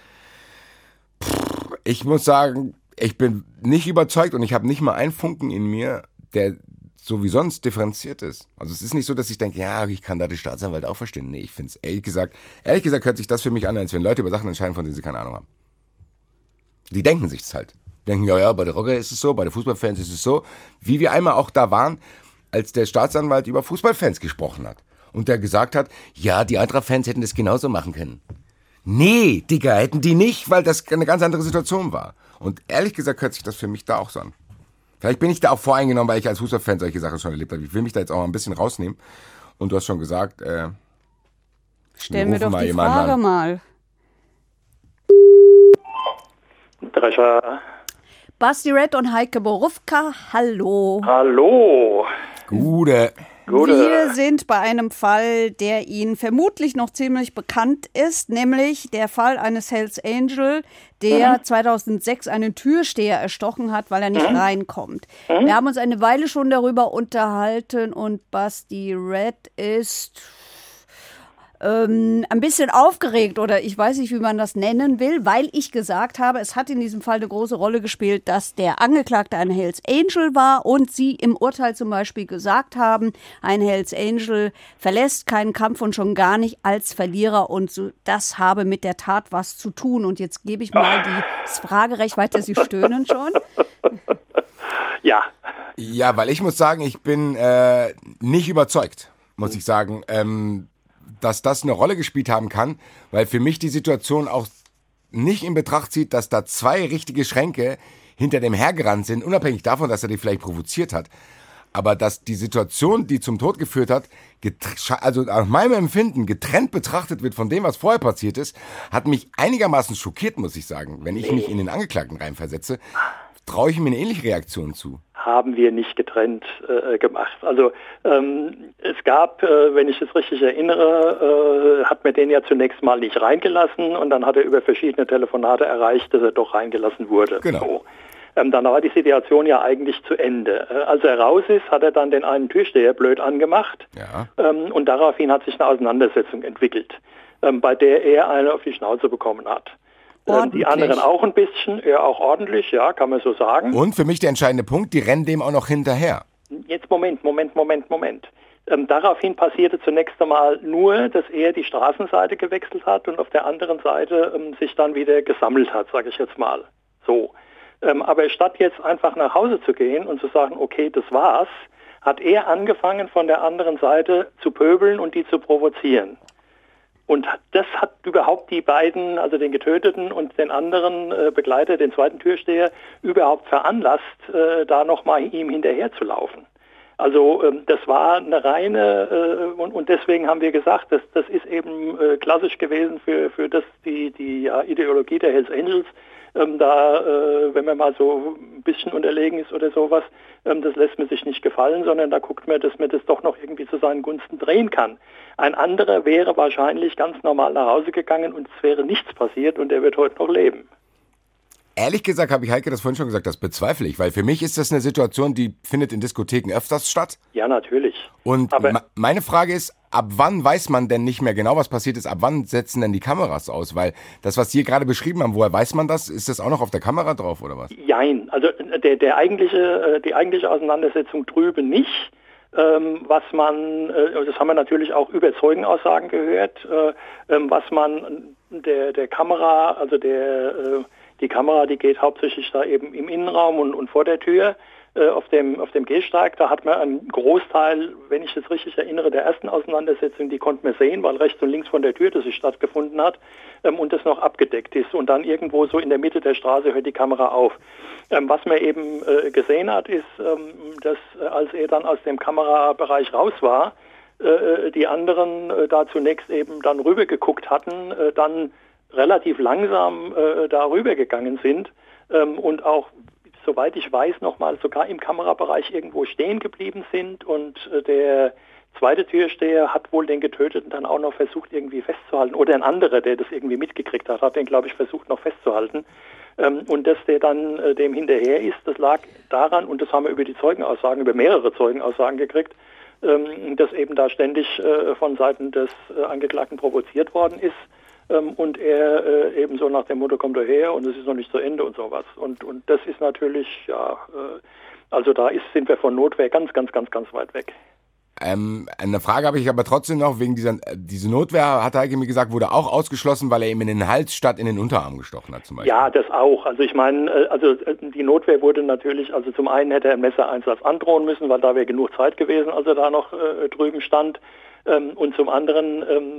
Ich muss sagen, ich bin nicht überzeugt und ich habe nicht mal einen Funken in mir, der so wie sonst differenziert ist. Also es ist nicht so, dass ich denke, ja, ich kann da die Staatsanwalt auch verstehen. Nee, ich finde es ehrlich gesagt hört sich das für mich an, als wenn Leute über Sachen entscheiden, von denen sie keine Ahnung haben. Die denken sich's halt. Denken, ja, bei der Rocker ist es so, bei den Fußballfans ist es so. Wie wir einmal auch da waren, als der Staatsanwalt über Fußballfans gesprochen hat. Und der gesagt hat, ja, die Eintracht-Fans hätten das genauso machen können. Nee, Digga, hätten die nicht, weil das eine ganz andere Situation war. Und ehrlich gesagt hört sich das für mich da auch so an. Vielleicht bin ich da auch voreingenommen, weil ich als Fußballfan solche Sachen schon erlebt habe. Ich will mich da jetzt auch mal ein bisschen rausnehmen. Und du hast schon gesagt, stellen wir doch die Frage mal. Drescher. Basti Red und Heike Borufka, hallo. Hallo. Gute. Wir sind bei einem Fall, der Ihnen vermutlich noch ziemlich bekannt ist, nämlich der Fall eines Hells Angel, der 2006 einen Türsteher erstochen hat, weil er nicht reinkommt. Wir haben uns eine Weile schon darüber unterhalten und Basti Red ist ein bisschen aufgeregt oder ich weiß nicht, wie man das nennen will, weil ich gesagt habe, es hat in diesem Fall eine große Rolle gespielt, dass der Angeklagte ein Hells Angel war und Sie im Urteil zum Beispiel gesagt haben, ein Hells Angel verlässt keinen Kampf und schon gar nicht als Verlierer und so, das habe mit der Tat was zu tun. Und jetzt gebe ich mal das Fragerecht weiter, Sie stöhnen schon. Ja. Ja, weil ich muss sagen, ich bin nicht überzeugt, muss ich sagen, dass das eine Rolle gespielt haben kann, weil für mich die Situation auch nicht in Betracht zieht, dass da zwei richtige Schränke hinter dem hergerannt sind, unabhängig davon, dass er die vielleicht provoziert hat. Aber dass die Situation, die zum Tod geführt hat, also nach meinem Empfinden getrennt betrachtet wird von dem, was vorher passiert ist, hat mich einigermaßen schockiert, muss ich sagen. Wenn ich mich in den Angeklagten reinversetze, traue ich mir eine ähnliche Reaktion zu. Haben wir nicht getrennt gemacht. Also es gab, wenn ich es richtig erinnere, hat man den ja zunächst mal nicht reingelassen und dann hat er über verschiedene Telefonate erreicht, dass er doch reingelassen wurde. Genau. So. Dann war die Situation ja eigentlich zu Ende. Als er raus ist, hat er dann den einen Türsteher blöd angemacht und daraufhin hat sich eine Auseinandersetzung entwickelt, bei der er eine auf die Schnauze bekommen hat. Die anderen auch ein bisschen, ja auch ordentlich, ja, kann man so sagen. Und für mich der entscheidende Punkt, die rennen dem auch noch hinterher. Jetzt Moment. Daraufhin passierte zunächst einmal nur, dass er die Straßenseite gewechselt hat und auf der anderen Seite sich dann wieder gesammelt hat, sage ich jetzt mal. So. Aber statt jetzt einfach nach Hause zu gehen und zu sagen, okay, das war's, hat er angefangen von der anderen Seite zu pöbeln und die zu provozieren. Und das hat überhaupt die beiden, also den Getöteten und den anderen Begleiter, den zweiten Türsteher, überhaupt veranlasst, da nochmal ihm hinterher zu laufen. Also das war eine reine, und deswegen haben wir gesagt, das ist eben klassisch gewesen für das die Ideologie der Hells Angels. Wenn man mal so ein bisschen unterlegen ist oder sowas, das lässt man sich nicht gefallen, sondern da guckt man, dass man das doch noch irgendwie zu seinen Gunsten drehen kann. Ein anderer wäre wahrscheinlich ganz normal nach Hause gegangen und es wäre nichts passiert und er wird heute noch leben. Ehrlich gesagt, habe ich Heike das vorhin schon gesagt, das bezweifle ich, weil für mich ist das eine Situation, die findet in Diskotheken öfters statt. Ja, natürlich. Und meine Frage ist, ab wann weiß man denn nicht mehr genau, was passiert ist? Ab wann setzen denn die Kameras aus? Weil das, was Sie hier gerade beschrieben haben, woher weiß man das? Ist das auch noch auf der Kamera drauf oder was? Jein, also die eigentliche Auseinandersetzung drüben nicht. Was man, das haben wir natürlich auch über Zeugenaussagen gehört, was man der Kamera, also die Kamera, die geht hauptsächlich da eben im Innenraum und vor der Tür auf dem Gehsteig. Da hat man einen Großteil, wenn ich das richtig erinnere, der ersten Auseinandersetzung, die konnte man sehen, weil rechts und links von der Tür das stattgefunden hat und das noch abgedeckt ist. Und dann irgendwo so in der Mitte der Straße hört die Kamera auf. Was man eben gesehen hat, ist, dass als er dann aus dem Kamerabereich raus war, die anderen da zunächst eben dann rüber geguckt hatten, dann relativ langsam darüber gegangen sind und auch, soweit ich weiß, nochmal sogar im Kamerabereich irgendwo stehen geblieben sind und der zweite Türsteher hat wohl den Getöteten dann auch noch versucht irgendwie festzuhalten oder ein anderer, der das irgendwie mitgekriegt hat den, glaube ich, versucht noch festzuhalten und dass der dann dem hinterher ist, das lag daran, und das haben wir über die Zeugenaussagen, über mehrere Zeugenaussagen gekriegt, das eben da ständig von Seiten des Angeklagten provoziert worden ist. Und er eben so nach dem Motto, kommt er her und es ist noch nicht zu Ende und sowas. Und das ist natürlich, also da sind wir von Notwehr ganz, ganz, ganz, ganz weit weg. Eine Frage habe ich aber trotzdem noch, wegen diese Notwehr, hat Heike mir gesagt, wurde auch ausgeschlossen, weil er ihm in den Hals statt in den Unterarm gestochen hat zum Beispiel. Ja, das auch. Also ich meine, die Notwehr wurde natürlich, also zum einen hätte er einen Messereinsatz androhen müssen, weil da wäre genug Zeit gewesen, als er da noch drüben stand. Und zum anderen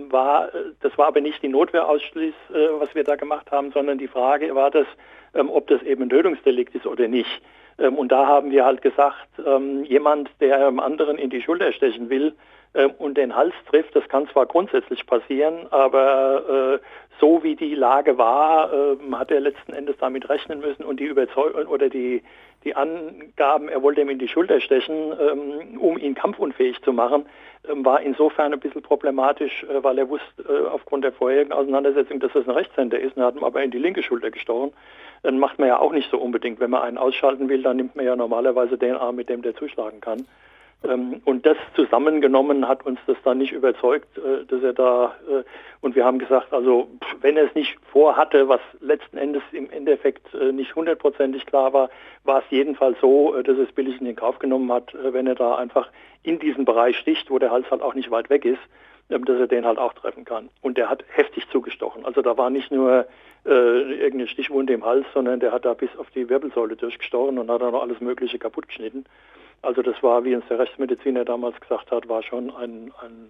das war aber nicht die Notwehrausschluss, was wir da gemacht haben, sondern die Frage war das, ob das eben ein Tötungsdelikt ist oder nicht. Und da haben wir halt gesagt, jemand, der einem anderen in die Schulter stechen will und den Hals trifft, das kann zwar grundsätzlich passieren, aber so wie die Lage war, hat er letzten Endes damit rechnen müssen und die Überzeugung oder die Angaben, er wollte ihm in die Schulter stechen, um ihn kampfunfähig zu machen, war insofern ein bisschen problematisch, weil er wusste aufgrund der vorherigen Auseinandersetzung, dass das ein Rechtshänder ist, und er hat ihm aber in die linke Schulter gestochen. Dann macht man ja auch nicht so unbedingt. Wenn man einen ausschalten will, dann nimmt man ja normalerweise den Arm, mit dem der zuschlagen kann. Und das zusammengenommen hat uns das dann nicht überzeugt, dass er da, und wir haben gesagt, also wenn er es nicht vorhatte, was letzten Endes im Endeffekt nicht hundertprozentig klar war, war es jedenfalls so, dass er es billig in den Kauf genommen hat, wenn er da einfach in diesen Bereich sticht, wo der Hals halt auch nicht weit weg ist, dass er den halt auch treffen kann. Und der hat heftig zugestochen. Also da war nicht nur irgendeine Stichwunde im Hals, sondern der hat da bis auf die Wirbelsäule durchgestochen und hat dann noch alles Mögliche kaputt geschnitten. Also das war, wie uns der Rechtsmediziner damals gesagt hat, war schon ein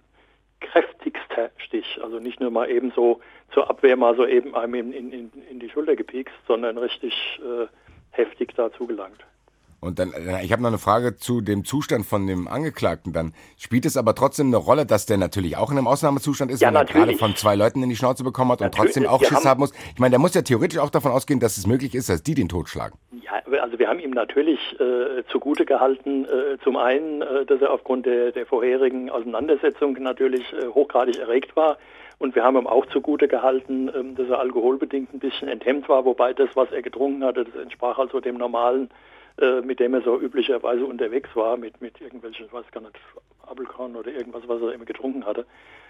kräftigster Stich. Also nicht nur mal eben so zur Abwehr mal so eben einem in die Schulter gepiekst, sondern richtig heftig da zugelangt. Und dann, ich habe noch eine Frage zu dem Zustand von dem Angeklagten. Dann spielt es aber trotzdem eine Rolle, dass der natürlich auch in einem Ausnahmezustand ist, ja, weil er gerade von 2 Leuten in die Schnauze bekommen hat und trotzdem auch Schiss haben muss. Ich meine, der muss ja theoretisch auch davon ausgehen, dass es möglich ist, dass die den totschlagen. Ja, also wir haben ihm natürlich zugute gehalten, zum einen, dass er aufgrund der vorherigen Auseinandersetzung natürlich hochgradig erregt war. Und wir haben ihm auch zugute gehalten, dass er alkoholbedingt ein bisschen enthemmt war, wobei das, was er getrunken hatte, das entsprach also dem normalen, mit dem er so üblicherweise unterwegs war, mit irgendwelchen, ich weiß gar nicht, Apfelkorn oder irgendwas, was er immer getrunken hatte.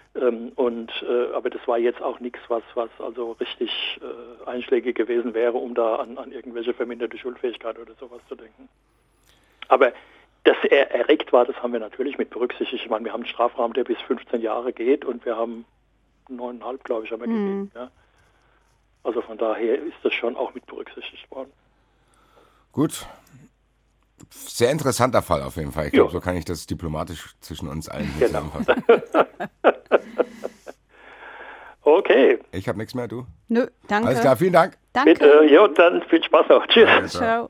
Aber das war jetzt auch nichts, was also richtig einschlägig gewesen wäre, um da an irgendwelche verminderte Schuldfähigkeit oder sowas zu denken. Aber dass er erregt war, das haben wir natürlich mit berücksichtigt. Ich meine, wir haben einen Strafrahmen, der bis 15 Jahre geht, und wir haben 9,5, glaube ich, haben wir gegeben. Ja. Also von daher ist das schon auch mit berücksichtigt worden. Gut. Sehr interessanter Fall auf jeden Fall. Ich glaube, so kann ich das diplomatisch zwischen uns allen zusammenfassen. Okay. Ich habe nichts mehr, du? Nö, danke. Alles klar, vielen Dank. Danke. Bitte, ja, dann viel Spaß noch. Tschüss. Ciao.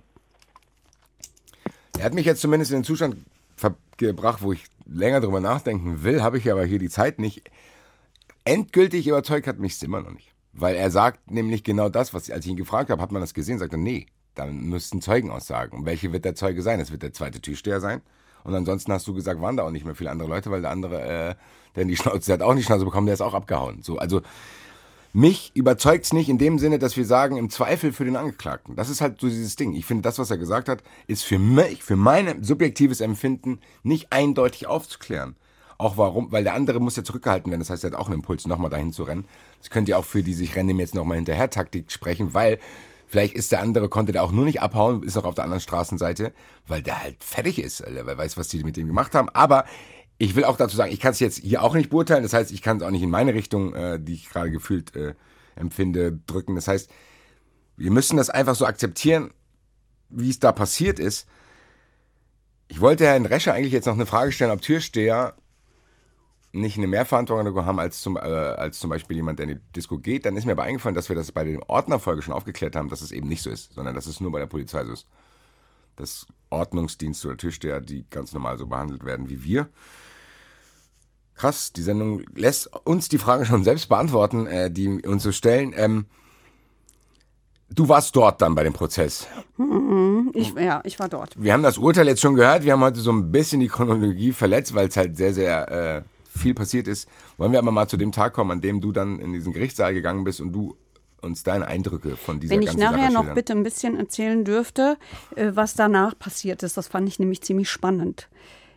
Er hat mich jetzt zumindest in den Zustand gebracht, wo ich länger drüber nachdenken will, habe ich aber hier die Zeit nicht. Endgültig überzeugt hat mich es immer noch nicht. Weil er sagt nämlich genau das, als ich ihn gefragt habe, hat man das gesehen, sagt er, nee, dann müssten Zeugen aussagen. Und welche wird der Zeuge sein? Es wird der zweite Türsteher sein. Und ansonsten hast du gesagt, waren da auch nicht mehr viele andere Leute, weil der andere, der in die Schnauze, der hat auch in die Schnauze bekommen, der ist auch abgehauen. So, also mich überzeugt es nicht in dem Sinne, dass wir sagen, im Zweifel für den Angeklagten. Das ist halt so dieses Ding. Ich finde, das, was er gesagt hat, ist für mich, für mein subjektives Empfinden nicht eindeutig aufzuklären. Auch warum, weil der andere muss ja zurückgehalten werden. Das heißt, er hat auch einen Impuls, nochmal dahin zu rennen. Das könnte ja auch für die sich rennen jetzt nochmal hinterher Taktik sprechen, weil vielleicht ist der andere, konnte der auch nur nicht abhauen, ist auch auf der anderen Straßenseite, weil der halt fertig ist. Wer weiß, was die mit dem gemacht haben. Aber ich will auch dazu sagen, ich kann es jetzt hier auch nicht beurteilen. Das heißt, ich kann es auch nicht in meine Richtung, die ich gerade gefühlt empfinde, drücken. Das heißt, wir müssen das einfach so akzeptieren, wie es da passiert ist. Ich wollte Herrn Rescher eigentlich jetzt noch eine Frage stellen, ob Türsteher nicht eine Mehrverantwortung haben als zum Beispiel jemand, der in die Disco geht. Dann ist mir aber eingefallen, dass wir das bei der Ordnerfolge schon aufgeklärt haben, dass es eben nicht so ist, sondern dass es nur bei der Polizei so ist. Dass Ordnungsdienste oder Türsteher, die ganz normal so behandelt werden wie wir. Krass, die Sendung lässt uns die Frage schon selbst beantworten, die uns so stellen. Du warst dort dann bei dem Prozess. Ich war dort. Wir haben das Urteil jetzt schon gehört. Wir haben heute so ein bisschen die Chronologie verletzt, weil es halt sehr, sehr viel passiert ist. Wollen wir aber mal zu dem Tag kommen, an dem du dann in diesen Gerichtssaal gegangen bist und du uns deine Eindrücke von dieser ganzen Sache schildern. Wenn ich nachher noch bitte ein bisschen erzählen dürfte, was danach passiert ist. Das fand ich nämlich ziemlich spannend.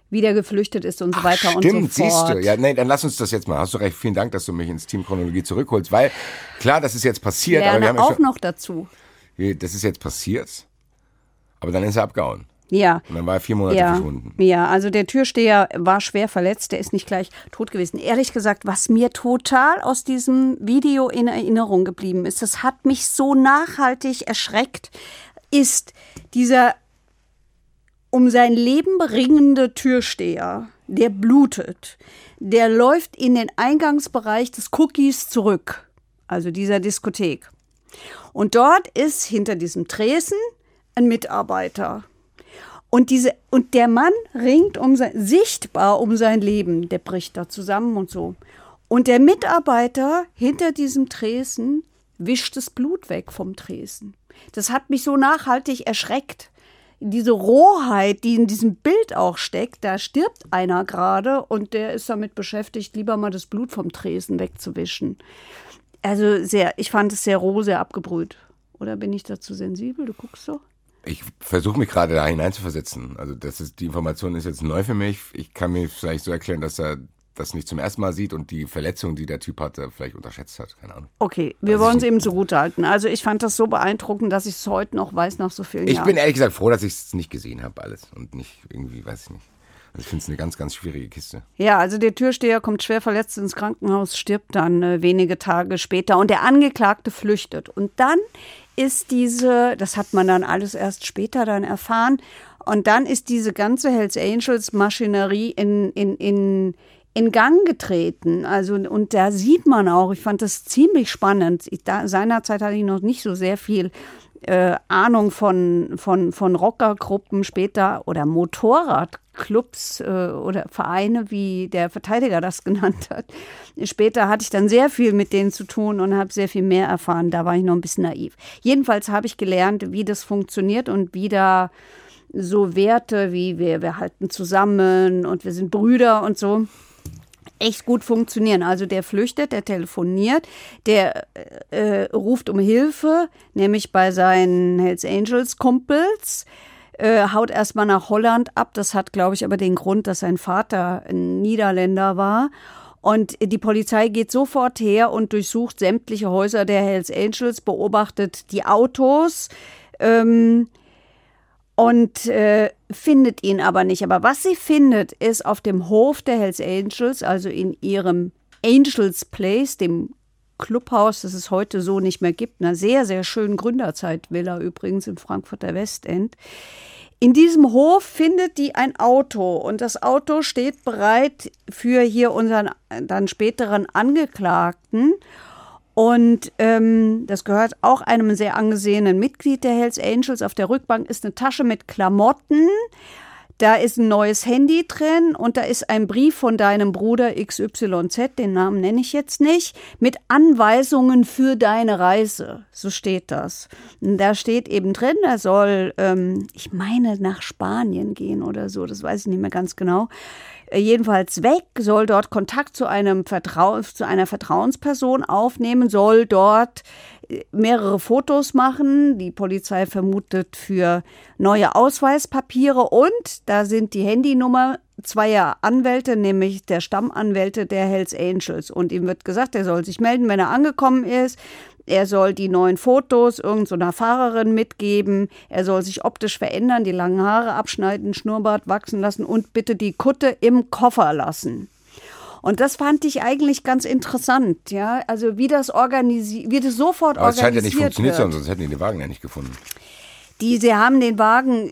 wieder geflüchtet ist und so weiter und so fort. Stimmt, siehst du. Ja, nee, dann lass uns das jetzt mal. Hast du recht. Vielen Dank, dass du mich ins Team Chronologie zurückholst, weil klar, das ist jetzt passiert. Lerne aber wir haben auch noch dazu. Das ist jetzt passiert, aber dann ist er abgehauen. Ja. Und dann war er 4 Monate verschwunden. Ja, also der Türsteher war schwer verletzt, der ist nicht gleich tot gewesen. Ehrlich gesagt, was mir total aus diesem Video in Erinnerung geblieben ist, das hat mich so nachhaltig erschreckt, ist dieser um sein Leben ringende Türsteher, der blutet, der läuft in den Eingangsbereich des Cookies zurück, also dieser Diskothek. Und dort ist hinter diesem Tresen ein Mitarbeiter. Und der Mann ringt sichtbar um sein Leben, der bricht da zusammen und so. Und der Mitarbeiter hinter diesem Tresen wischt das Blut weg vom Tresen. Das hat mich so nachhaltig erschreckt. Diese Rohheit, die in diesem Bild auch steckt, da stirbt einer gerade und der ist damit beschäftigt, lieber mal das Blut vom Tresen wegzuwischen. Also ich fand es sehr roh, sehr abgebrüht. Oder bin ich dazu sensibel? Du guckst so. Ich versuche mich gerade da hineinzuversetzen. Also die Information ist jetzt neu für mich. Ich kann mir vielleicht so erklären, dass er das nicht zum ersten Mal sieht und die Verletzung, die der Typ hatte, vielleicht unterschätzt hat. Keine Ahnung. Okay, wir wollen es eben zugutehalten. Also ich fand das so beeindruckend, dass ich es heute noch weiß nach so vielen Jahren. Ich bin ehrlich gesagt froh, dass ich es nicht gesehen habe alles und nicht irgendwie, weiß ich nicht. Also ich finde es eine ganz, ganz schwierige Kiste. Ja, also der Türsteher kommt schwer verletzt ins Krankenhaus, stirbt dann wenige Tage später und der Angeklagte flüchtet. Und dann ist das hat man dann alles erst später dann erfahren, und dann ist diese ganze Hells Angels Maschinerie in Gang getreten. Also, und da sieht man auch, ich fand das ziemlich spannend. Seinerzeit hatte ich noch nicht so sehr viel Ahnung von Rockergruppen später oder Motorradclubs oder Vereine, wie der Verteidiger das genannt hat. Später hatte ich dann sehr viel mit denen zu tun und habe sehr viel mehr erfahren. Da war ich noch ein bisschen naiv. Jedenfalls habe ich gelernt, wie das funktioniert und wie da so Werte wie wir halten zusammen und wir sind Brüder und so echt gut funktionieren. Also der flüchtet, der telefoniert, der ruft um Hilfe, nämlich bei seinen Hells Angels Kumpels, haut erstmal nach Holland ab. Das hat, glaube ich, aber den Grund, dass sein Vater ein Niederländer war. Und die Polizei geht sofort her und durchsucht sämtliche Häuser der Hells Angels, beobachtet die Autos, und findet ihn aber nicht. Aber was sie findet, ist auf dem Hof der Hells Angels, also in ihrem Angels Place, dem Clubhaus, das es heute so nicht mehr gibt, einer sehr, sehr schönen Gründerzeitvilla übrigens im Frankfurter Westend. In diesem Hof findet die ein Auto und das Auto steht bereit für hier unseren dann späteren Angeklagten. Und das gehört auch einem sehr angesehenen Mitglied der Hells Angels. Auf der Rückbank ist eine Tasche mit Klamotten. Da ist ein neues Handy drin und da ist ein Brief von deinem Bruder XYZ, den Namen nenne ich jetzt nicht, mit Anweisungen für deine Reise. So steht das. Und da steht eben drin, er soll, ich meine, nach Spanien gehen oder so, das weiß ich nicht mehr ganz genau. Jedenfalls weg, soll dort Kontakt zu einer Vertrauensperson aufnehmen, soll dort mehrere Fotos machen. Die Polizei vermutet für neue Ausweispapiere und da sind die Handynummer zweier Anwälte, nämlich der Stammanwälte der Hells Angels. Und ihm wird gesagt, er soll sich melden, wenn er angekommen ist. Er soll die neuen Fotos irgendeiner Fahrerin mitgeben. Er soll sich optisch verändern, die langen Haare abschneiden, Schnurrbart wachsen lassen und bitte die Kutte im Koffer lassen. Und das fand ich eigentlich ganz interessant, ja. Also wie das sofort organisiert wird. Aber es scheint ja nicht funktioniert zu haben, sonst hätten die den Wagen ja nicht gefunden. Sie haben den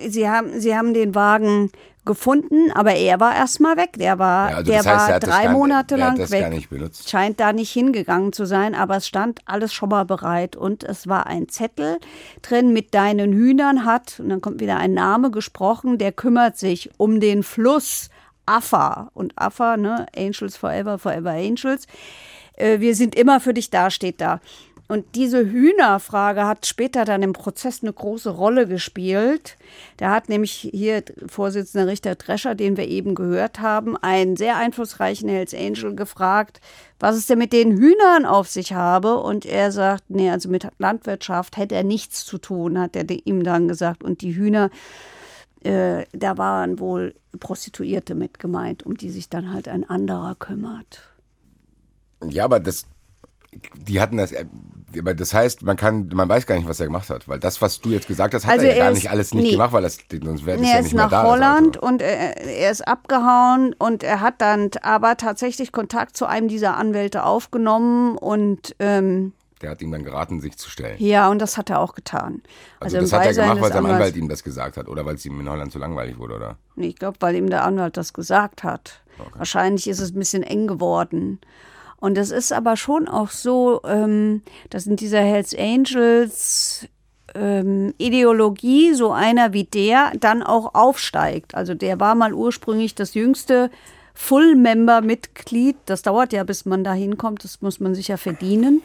Wagen gefunden, aber er war erstmal weg. Der war 3 Monate lang weg. Gar nicht benutzt. Scheint da nicht hingegangen zu sein, aber es stand alles schon mal bereit und es war ein Zettel drin mit deinen Hühnern und dann kommt wieder ein Name gesprochen, der kümmert sich um den Fluss Affa. Und Affa, ne, Angels forever, forever Angels. Wir sind immer für dich da, steht da. Und diese Hühnerfrage hat später dann im Prozess eine große Rolle gespielt. Da hat nämlich hier Vorsitzender Richter Drescher, den wir eben gehört haben, einen sehr einflussreichen Hells Angel gefragt, was es denn mit den Hühnern auf sich habe. Und er sagt, nee, also mit Landwirtschaft hätte er nichts zu tun, hat er ihm dann gesagt. Und die Hühner da waren wohl Prostituierte mit gemeint, um die sich dann halt ein anderer kümmert. Ja, aber die hatten das, aber das heißt, man weiß gar nicht, was er gemacht hat, weil das, was du jetzt gesagt hast, hat er ja gar nicht alles nicht gemacht, weil sonst wäre das ja nicht mehr da. Er ist nach Holland und er ist abgehauen und er hat dann aber tatsächlich Kontakt zu einem dieser Anwälte aufgenommen und der hat ihm dann geraten, sich zu stellen. Ja, und das hat er auch getan. Also das hat er gemacht, weil sein Anwalt ihm das gesagt hat oder weil es ihm in Holland zu langweilig wurde, oder? Nee, ich glaube, weil ihm der Anwalt das gesagt hat. Okay. Wahrscheinlich ist es ein bisschen eng geworden. Und es ist aber schon auch so, dass in dieser Hells Angels Ideologie so einer wie der dann auch aufsteigt. Also der war mal ursprünglich das jüngste Full-Member-Mitglied. Das dauert ja, bis man da hinkommt. Das muss man sich ja verdienen.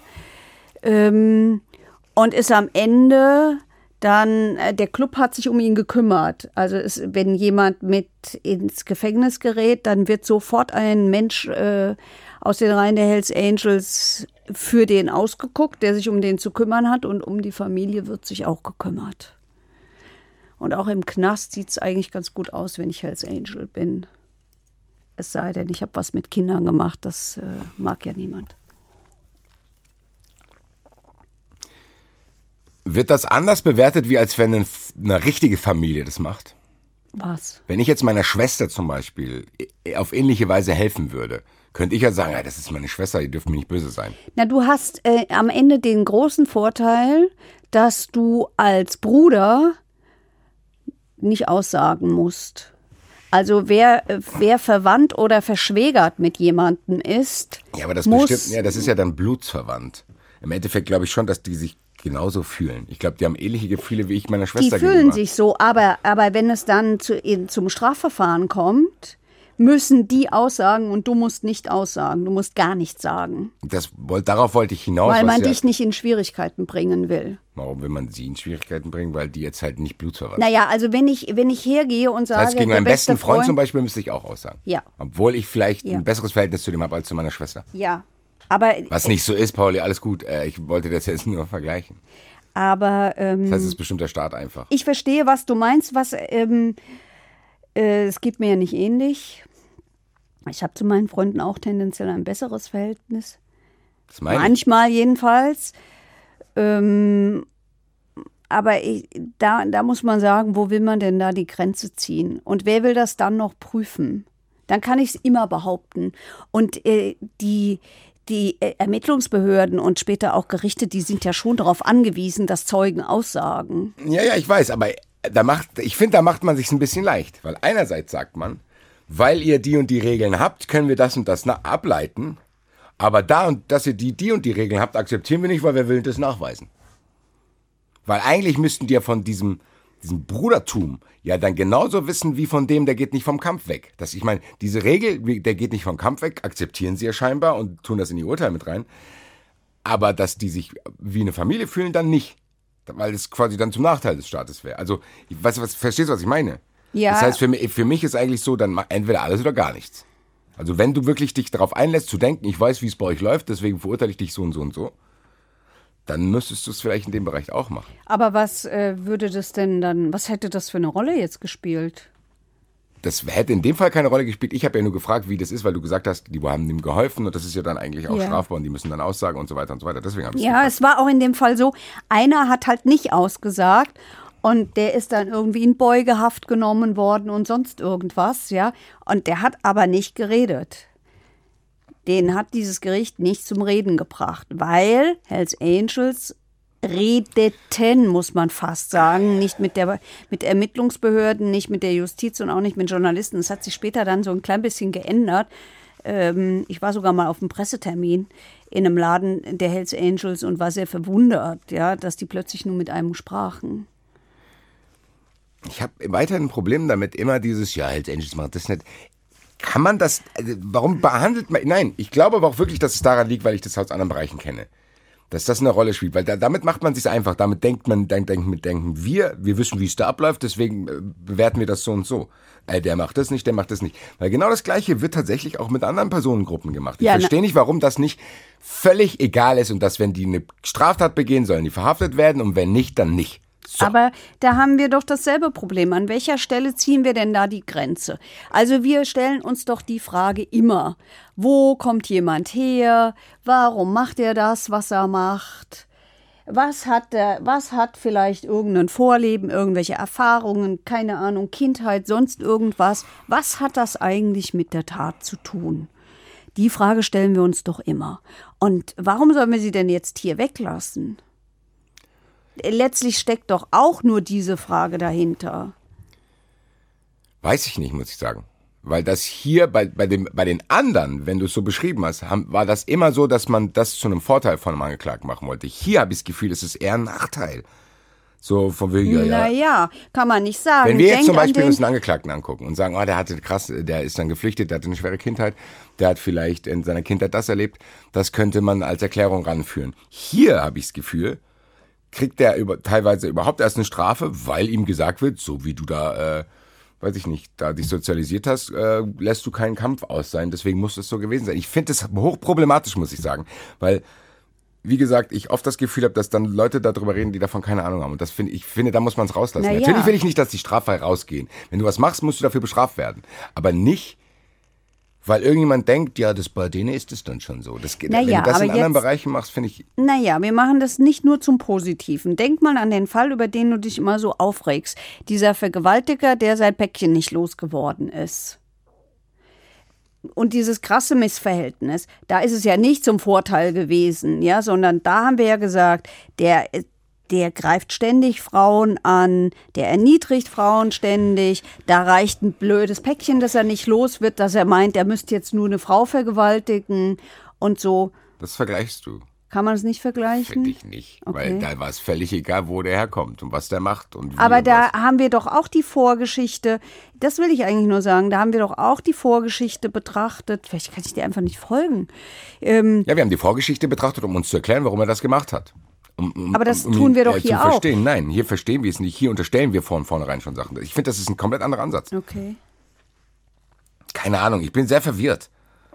Und ist am Ende dann, der Club hat sich um ihn gekümmert. Also wenn jemand mit ins Gefängnis gerät, dann wird sofort ein Mensch aus den Reihen der Hells Angels für den ausgeguckt, der sich um den zu kümmern hat, und um die Familie wird sich auch gekümmert. Und auch im Knast sieht es eigentlich ganz gut aus, wenn ich Hells Angel bin. Es sei denn, ich habe was mit Kindern gemacht, das mag ja niemand. Wird das anders bewertet, wie als wenn eine richtige Familie das macht? Was? Wenn ich jetzt meiner Schwester zum Beispiel auf ähnliche Weise helfen würde, könnte ich ja sagen, das ist meine Schwester, die dürfen mir nicht böse sein. Na, du hast am Ende den großen Vorteil, dass du als Bruder nicht aussagen musst. Also wer verwandt oder verschwägert mit jemandem ist, ja, aber das ist ja dann blutsverwandt. Im Endeffekt glaube ich schon, dass die sich genauso fühlen. Ich glaube, die haben ähnliche Gefühle wie ich meiner Schwester gegenüber. Die fühlen sich so, aber wenn es dann zum Strafverfahren kommt, müssen die aussagen und du musst nicht aussagen. Du musst gar nichts sagen. Darauf wollte ich hinaus. Weil man dich nicht in Schwierigkeiten bringen will. Warum will man sie in Schwierigkeiten bringen? Weil die jetzt halt nicht blutsverwandt sind. Naja, also wenn ich hergehe und sage, das heißt, gegen meinen besten Freund zum Beispiel müsste ich auch aussagen. Ja. Obwohl ich vielleicht ein besseres Verhältnis zu dem habe als zu meiner Schwester. Ja. Aber, was nicht so ist, Pauli, alles gut. Ich wollte das jetzt nur vergleichen. Aber das heißt, es ist bestimmt der Staat einfach. Ich verstehe, was du meinst. Es geht mir ja nicht ähnlich. Ich habe zu meinen Freunden auch tendenziell ein besseres Verhältnis. Das meine ich. Manchmal jedenfalls. Aber da muss man sagen, wo will man denn da die Grenze ziehen? Und wer will das dann noch prüfen? Dann kann ich es immer behaupten. Und die Ermittlungsbehörden und später auch Gerichte, die sind ja schon darauf angewiesen, dass Zeugen aussagen. Ja, ich weiß, aber ich finde, da macht man sich ein bisschen leicht. Weil einerseits sagt man, weil ihr die und die Regeln habt, können wir das und das ableiten. Aber dass ihr die und die Regeln habt, akzeptieren wir nicht, weil wir wollen das nachweisen. Weil eigentlich müssten die ja von diesem Brudertum ja dann genauso wissen wie von dem, der geht nicht vom Kampf weg. Ich meine, diese Regel, der geht nicht vom Kampf weg, akzeptieren sie ja scheinbar und tun das in die Urteile mit rein. Aber dass die sich wie eine Familie fühlen, dann nicht. Weil es quasi dann zum Nachteil des Staates wäre. Also, verstehst du, was ich meine? Ja. Das heißt, für mich ist eigentlich so, dann entweder alles oder gar nichts. Also wenn du wirklich dich darauf einlässt zu denken, ich weiß, wie es bei euch läuft, deswegen verurteile ich dich so und so und so, dann müsstest du es vielleicht in dem Bereich auch machen. Aber was was hätte das für eine Rolle jetzt gespielt? Das hätte in dem Fall keine Rolle gespielt. Ich habe ja nur gefragt, wie das ist, weil du gesagt hast, die haben ihm geholfen und das ist ja dann eigentlich auch strafbar und die müssen dann aussagen und so weiter und so weiter. Deswegen habe ich gefragt. Es war auch in dem Fall so, einer hat halt nicht ausgesagt und der ist dann irgendwie in Beugehaft genommen worden und sonst irgendwas, ja. Und der hat aber nicht geredet. Den hat dieses Gericht nicht zum Reden gebracht, weil Hells Angels redeten, muss man fast sagen, nicht mit Ermittlungsbehörden, nicht mit der Justiz und auch nicht mit Journalisten. Es hat sich später dann so ein klein bisschen geändert. Ich war sogar mal auf einem Pressetermin in einem Laden der Hells Angels und war sehr verwundert, ja, dass die plötzlich nur mit einem sprachen. Ich habe weiterhin ein Problem damit, immer dieses, Hells Angels macht das nicht. Kann man das, warum behandelt man, nein, ich glaube aber auch wirklich, dass es daran liegt, weil ich das aus anderen Bereichen kenne. Dass das eine Rolle spielt, weil damit macht man es sich einfach, damit denken wir wissen, wie es da abläuft, deswegen bewerten wir das so und so. Der macht das nicht, der macht das nicht. Weil genau das Gleiche wird tatsächlich auch mit anderen Personengruppen gemacht. Ich verstehe nicht, warum das nicht völlig egal ist und dass, wenn die eine Straftat begehen, sollen die verhaftet werden und wenn nicht, dann nicht. So. Aber da haben wir doch dasselbe Problem. An welcher Stelle ziehen wir denn da die Grenze? Also wir stellen uns doch die Frage immer, wo kommt jemand her? Warum macht er das, was er macht? Was hat vielleicht irgendein Vorleben, irgendwelche Erfahrungen, keine Ahnung, Kindheit, sonst irgendwas? Was hat das eigentlich mit der Tat zu tun? Die Frage stellen wir uns doch immer. Und warum sollen wir sie denn jetzt hier weglassen? Letztlich steckt doch auch nur diese Frage dahinter. Weiß ich nicht, muss ich sagen. Weil das hier bei den anderen, wenn du es so beschrieben hast, war das immer so, dass man das zu einem Vorteil von einem Angeklagten machen wollte. Hier habe ich das Gefühl, es ist eher ein Nachteil. So von wegen, Naja, kann man nicht sagen. Wenn wir jetzt zum Beispiel uns einen Angeklagten angucken und sagen, der ist dann geflüchtet, der hatte eine schwere Kindheit, der hat vielleicht in seiner Kindheit das erlebt, das könnte man als Erklärung ranführen. Hier habe ich das Gefühl, kriegt der teilweise überhaupt erst eine Strafe, weil ihm gesagt wird, so wie du da, weiß ich nicht, da dich sozialisiert hast, lässt du keinen Kampf aus sein, deswegen muss es so gewesen sein. Ich finde das hochproblematisch, muss ich sagen, weil, wie gesagt, ich oft das Gefühl habe, dass dann Leute darüber reden, die davon keine Ahnung haben. Und ich finde, da muss man es rauslassen. Naja. Natürlich will ich nicht, dass die straffrei rausgehen. Wenn du was machst, musst du dafür bestraft werden. Aber nicht, weil irgendjemand denkt, ja, bei denen ist es dann schon so. Wenn du das in anderen Bereichen machst, finde ich... Naja, wir machen das nicht nur zum Positiven. Denk mal an den Fall, über den du dich immer so aufregst. Dieser Vergewaltiger, der sein Päckchen nicht losgeworden ist. Und dieses krasse Missverhältnis, da ist es ja nicht zum Vorteil gewesen, ja, sondern da haben wir ja gesagt, der greift ständig Frauen an, der erniedrigt Frauen ständig, da reicht ein blödes Päckchen, dass er nicht los wird, dass er meint, er müsste jetzt nur eine Frau vergewaltigen und so. Das vergleichst du. Kann man es nicht vergleichen? Finde ich nicht, weil da war es völlig egal, wo der herkommt und was der macht und wie. Aber da haben wir doch auch die Vorgeschichte, das will ich eigentlich nur sagen, da haben wir doch auch die Vorgeschichte betrachtet, vielleicht kann ich dir einfach nicht folgen. Ja, wir haben die Vorgeschichte betrachtet, um uns zu erklären, warum er das gemacht hat. Aber das tun wir doch hier auch. Nein, hier verstehen wir es nicht, hier unterstellen wir von vornherein schon Sachen. Ich finde, das ist ein komplett anderer Ansatz. Okay. Keine Ahnung, ich bin sehr verwirrt.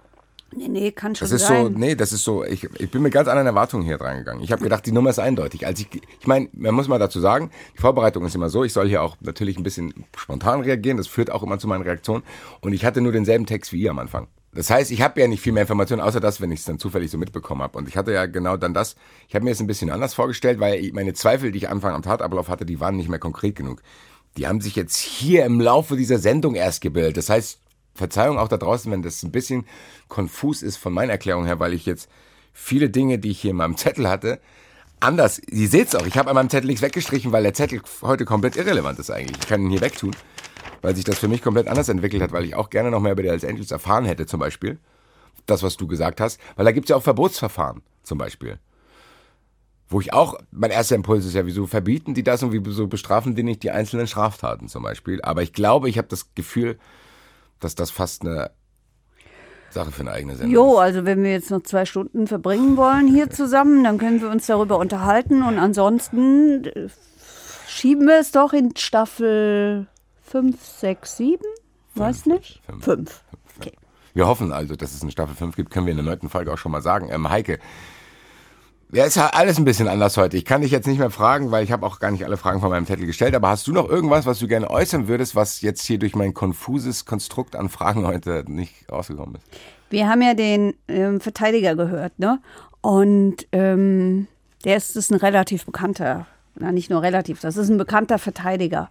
Nee, kann schon das ist sein. Das ist so, ich bin mit ganz anderen Erwartungen hier reingegangen. Ich habe gedacht, die Nummer ist eindeutig. Ich meine, man muss mal dazu sagen, die Vorbereitung ist immer so, ich soll hier auch natürlich ein bisschen spontan reagieren, das führt auch immer zu meinen Reaktionen. Und ich hatte nur denselben Text wie ihr am Anfang. Das heißt, ich habe ja nicht viel mehr Informationen, außer das, wenn ich es dann zufällig so mitbekommen habe. Und ich hatte ja genau dann das, ich habe mir es ein bisschen anders vorgestellt, weil meine Zweifel, die ich Anfang am Tatablauf hatte, die waren nicht mehr konkret genug. Die haben sich jetzt hier im Laufe dieser Sendung erst gebildet. Das heißt, Verzeihung auch da draußen, wenn das ein bisschen konfus ist von meiner Erklärung her, weil ich jetzt viele Dinge, die ich hier in meinem Zettel hatte, anders, ihr seht es auch, ich habe an meinem Zettel nichts weggestrichen, weil der Zettel heute komplett irrelevant ist eigentlich. Ich kann ihn hier wegtun, weil sich das für mich komplett anders entwickelt hat, weil ich auch gerne noch mehr über die Hells Angels erfahren hätte zum Beispiel. Das, was du gesagt hast, weil da gibt es ja auch Verbotsverfahren zum Beispiel. Wo ich auch, mein erster Impuls ist ja, wieso verbieten die das und wieso bestrafen die nicht die einzelnen Straftaten zum Beispiel. Aber ich glaube, ich habe das Gefühl, dass das fast eine Sache für eine eigene Sendung ist. Also wenn wir jetzt noch 2 Stunden verbringen wollen hier zusammen, dann können wir uns darüber unterhalten und ansonsten schieben wir es doch in Staffel 5, 6, 7? Weiß nicht? 5. Okay. Wir hoffen also, dass es eine Staffel 5 gibt, können wir in der 9. Folge auch schon mal sagen. Heike, ja, ist ja alles ein bisschen anders heute. Ich kann dich jetzt nicht mehr fragen, weil ich habe auch gar nicht alle Fragen von meinem Zettel gestellt. Aber hast du noch irgendwas, was du gerne äußern würdest, was jetzt hier durch mein konfuses Konstrukt an Fragen heute nicht rausgekommen ist? Wir haben ja den Verteidiger gehört, ne? Und der ist ein relativ bekannter, nicht nur relativ, das ist ein bekannter Verteidiger.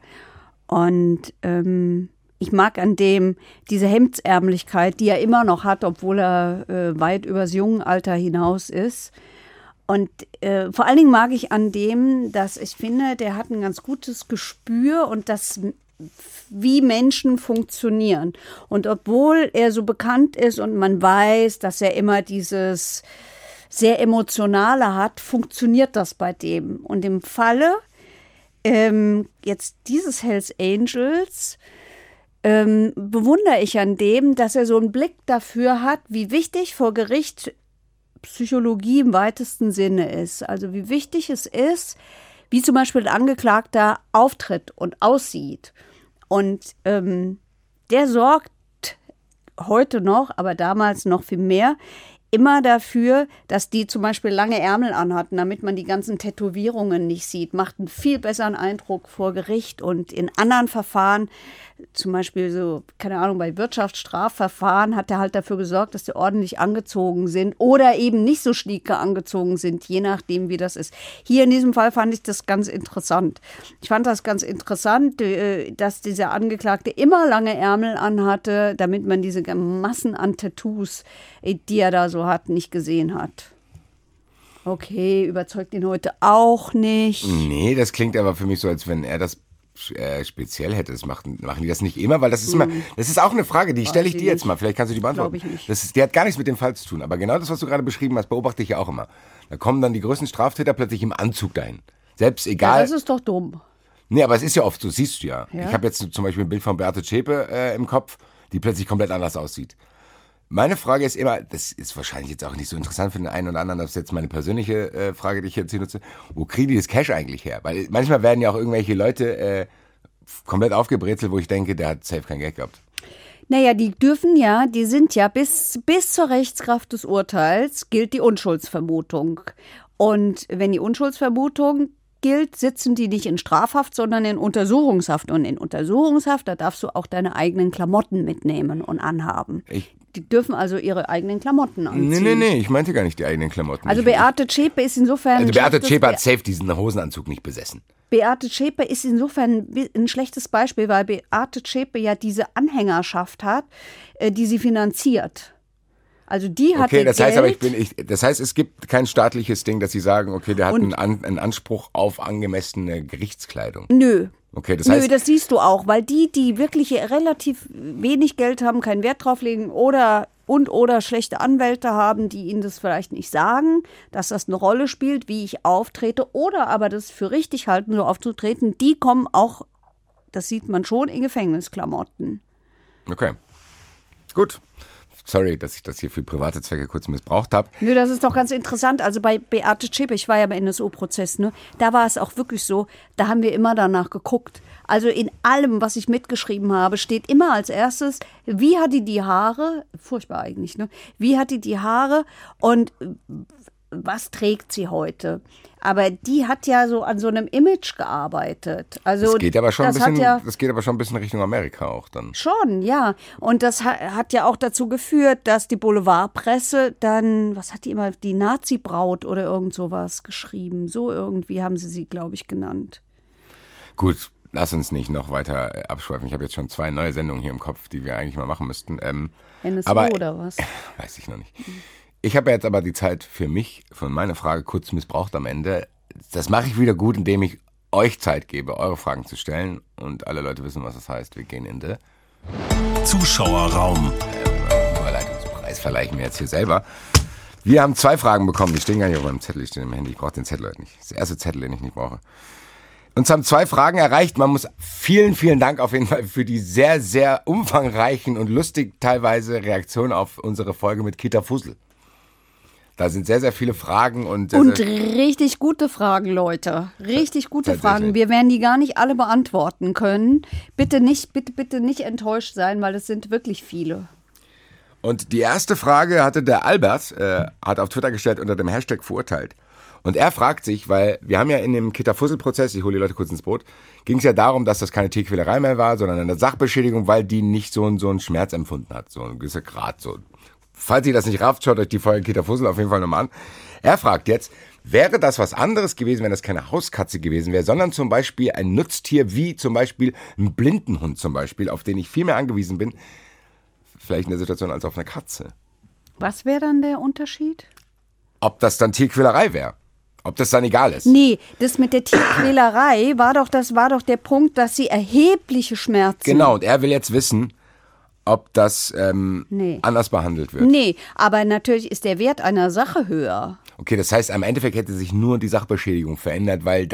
Und ich mag an dem diese Hemdsärmlichkeit, die er immer noch hat, obwohl er weit übers Jungenalter hinaus ist. Und vor allen Dingen mag ich an dem, dass ich finde, der hat ein ganz gutes Gespür und das, wie Menschen funktionieren. Und obwohl er so bekannt ist und man weiß, dass er immer dieses sehr Emotionale hat, funktioniert das bei dem. Und im Falle jetzt dieses Hells Angels bewundere ich an dem, dass er so einen Blick dafür hat, wie wichtig vor Gericht Psychologie im weitesten Sinne ist. Also wie wichtig es ist, wie zum Beispiel ein Angeklagter auftritt und aussieht. Und der sorgt heute noch, aber damals noch viel mehr, immer dafür, dass die zum Beispiel lange Ärmel anhatten, damit man die ganzen Tätowierungen nicht sieht. Macht einen viel besseren Eindruck vor Gericht und in anderen Verfahren, zum Beispiel so, keine Ahnung, bei Wirtschaftsstrafverfahren hat er halt dafür gesorgt, dass die ordentlich angezogen sind oder eben nicht so schnieke angezogen sind, je nachdem, wie das ist. Hier in diesem Fall fand ich das ganz interessant. Ich fand das ganz interessant, dass dieser Angeklagte immer lange Ärmel anhatte, damit man diese Massen an Tattoos, die er da so hat, nicht gesehen hat. Okay, überzeugt ihn heute auch nicht. Nee, das klingt aber für mich so, als wenn er das speziell hätte. Das machen die das nicht immer, weil das ist immer, das ist auch eine Frage, die stelle ich dir jetzt mal. Vielleicht kannst du die beantworten. Glaube ich nicht. Die hat gar nichts mit dem Fall zu tun. Aber genau das, was du gerade beschrieben hast, beobachte ich ja auch immer. Da kommen dann die größten Straftäter plötzlich im Anzug dahin. Selbst egal. Ja, das ist doch dumm. Nee, aber es ist ja oft so, siehst du ja. Ich habe jetzt zum Beispiel ein Bild von Beate Zschäpe im Kopf, die plötzlich komplett anders aussieht. Meine Frage ist immer, das ist wahrscheinlich jetzt auch nicht so interessant für den einen oder anderen, das ist jetzt meine persönliche Frage, die ich jetzt hier nutze. Wo kriegen die das Cash eigentlich her? Weil manchmal werden ja auch irgendwelche Leute komplett aufgebrezelt, wo ich denke, der hat safe kein Geld gehabt. Naja, die sind ja bis zur Rechtskraft des Urteils gilt die Unschuldsvermutung. Und wenn die Unschuldsvermutung gilt, sitzen die nicht in Strafhaft, sondern in Untersuchungshaft. Und in Untersuchungshaft, da darfst du auch deine eigenen Klamotten mitnehmen und anhaben. Die dürfen also ihre eigenen Klamotten anziehen. Nee, ich meinte gar nicht die eigenen Klamotten. Also Beate Zschäpe ist insofern... Also Beate Zschäpe hat safe diesen Hosenanzug nicht besessen. Beate Zschäpe ist insofern ein schlechtes Beispiel, weil Beate Zschäpe ja diese Anhängerschaft hat, die sie finanziert. Also die hat das heißt, das heißt, es gibt kein staatliches Ding, dass sie sagen, okay, der hat einen Anspruch auf angemessene Gerichtskleidung. Nö. Okay, das heißt, das siehst du auch, weil die wirklich relativ wenig Geld haben, keinen Wert drauf legen oder schlechte Anwälte haben, die ihnen das vielleicht nicht sagen, dass das eine Rolle spielt, wie ich auftrete, oder aber das für richtig halten, so aufzutreten, die kommen auch, das sieht man schon, in Gefängnisklamotten. Okay, gut. Sorry, dass ich das hier für private Zwecke kurz missbraucht habe. Nö, das ist doch ganz interessant. Also bei Beate Zschäpe, ich war ja beim NSU-Prozess, ne, da war es auch wirklich so, da haben wir immer danach geguckt. Also in allem, was ich mitgeschrieben habe, steht immer als erstes, wie hat die Haare, furchtbar eigentlich, ne? Wie hat die Haare und was trägt sie heute? Aber die hat ja so an so einem Image gearbeitet. Also das geht aber schon ein bisschen Richtung Amerika auch dann. Schon, ja. Und das hat ja auch dazu geführt, dass die Boulevardpresse dann, was hat die immer, die Nazi-Braut oder irgend sowas geschrieben. So irgendwie haben sie, glaube ich, genannt. Gut, lass uns nicht noch weiter abschweifen. Ich habe jetzt schon 2 neue Sendungen hier im Kopf, die wir eigentlich mal machen müssten. NSU oder was? Weiß ich noch nicht. Ich habe jetzt aber die Zeit für mich, für meine Frage kurz missbraucht am Ende. Das mache ich wieder gut, indem ich euch Zeit gebe, eure Fragen zu stellen. Und alle Leute wissen, was das heißt. Wir gehen in den Zuschauerraum. Überleitungspreis verleihe ich mir jetzt hier selber. Wir haben 2 Fragen bekommen. Die stehen gar nicht auf meinem Zettel, die stehen im Handy. Ich brauche den Zettel heute nicht. Das ist der erste Zettel, den ich nicht brauche. Uns haben 2 Fragen erreicht. Man muss vielen Dank auf jeden Fall für die sehr, sehr umfangreichen und lustig teilweise Reaktionen auf unsere Folge mit Kita Fussel. Da sind sehr, sehr viele Fragen und richtig gute Fragen, Leute. Richtig gute Fragen. Wir werden die gar nicht alle beantworten können. Bitte nicht enttäuscht sein, weil es sind wirklich viele. Und die erste Frage hatte der Albert, hat auf Twitter gestellt unter dem Hashtag verurteilt. Und er fragt sich, weil wir haben ja in dem Kita-Fussel-Prozess, ich hole die Leute kurz ins Boot, ging es ja darum, dass das keine Tierquälerei mehr war, sondern eine Sachbeschädigung, weil die nicht so einen Schmerz empfunden hat, so ein gewisser Grad, so. Falls ihr das nicht rafft, schaut euch die Folge Kita Fussel auf jeden Fall nochmal an. Er fragt jetzt, wäre das was anderes gewesen, wenn das keine Hauskatze gewesen wäre, sondern zum Beispiel ein Nutztier wie zum Beispiel ein Blindenhund zum Beispiel, auf den ich viel mehr angewiesen bin, vielleicht in der Situation als auf eine Katze. Was wäre dann der Unterschied? Ob das dann Tierquälerei wäre. Ob das dann egal ist. Nee, das mit der Tierquälerei war doch der Punkt, dass sie erhebliche Schmerzen... Genau, und er will jetzt wissen, ob das anders behandelt wird. Nee, aber natürlich ist der Wert einer Sache höher. Okay, das heißt, im Endeffekt hätte sich nur die Sachbeschädigung verändert, weil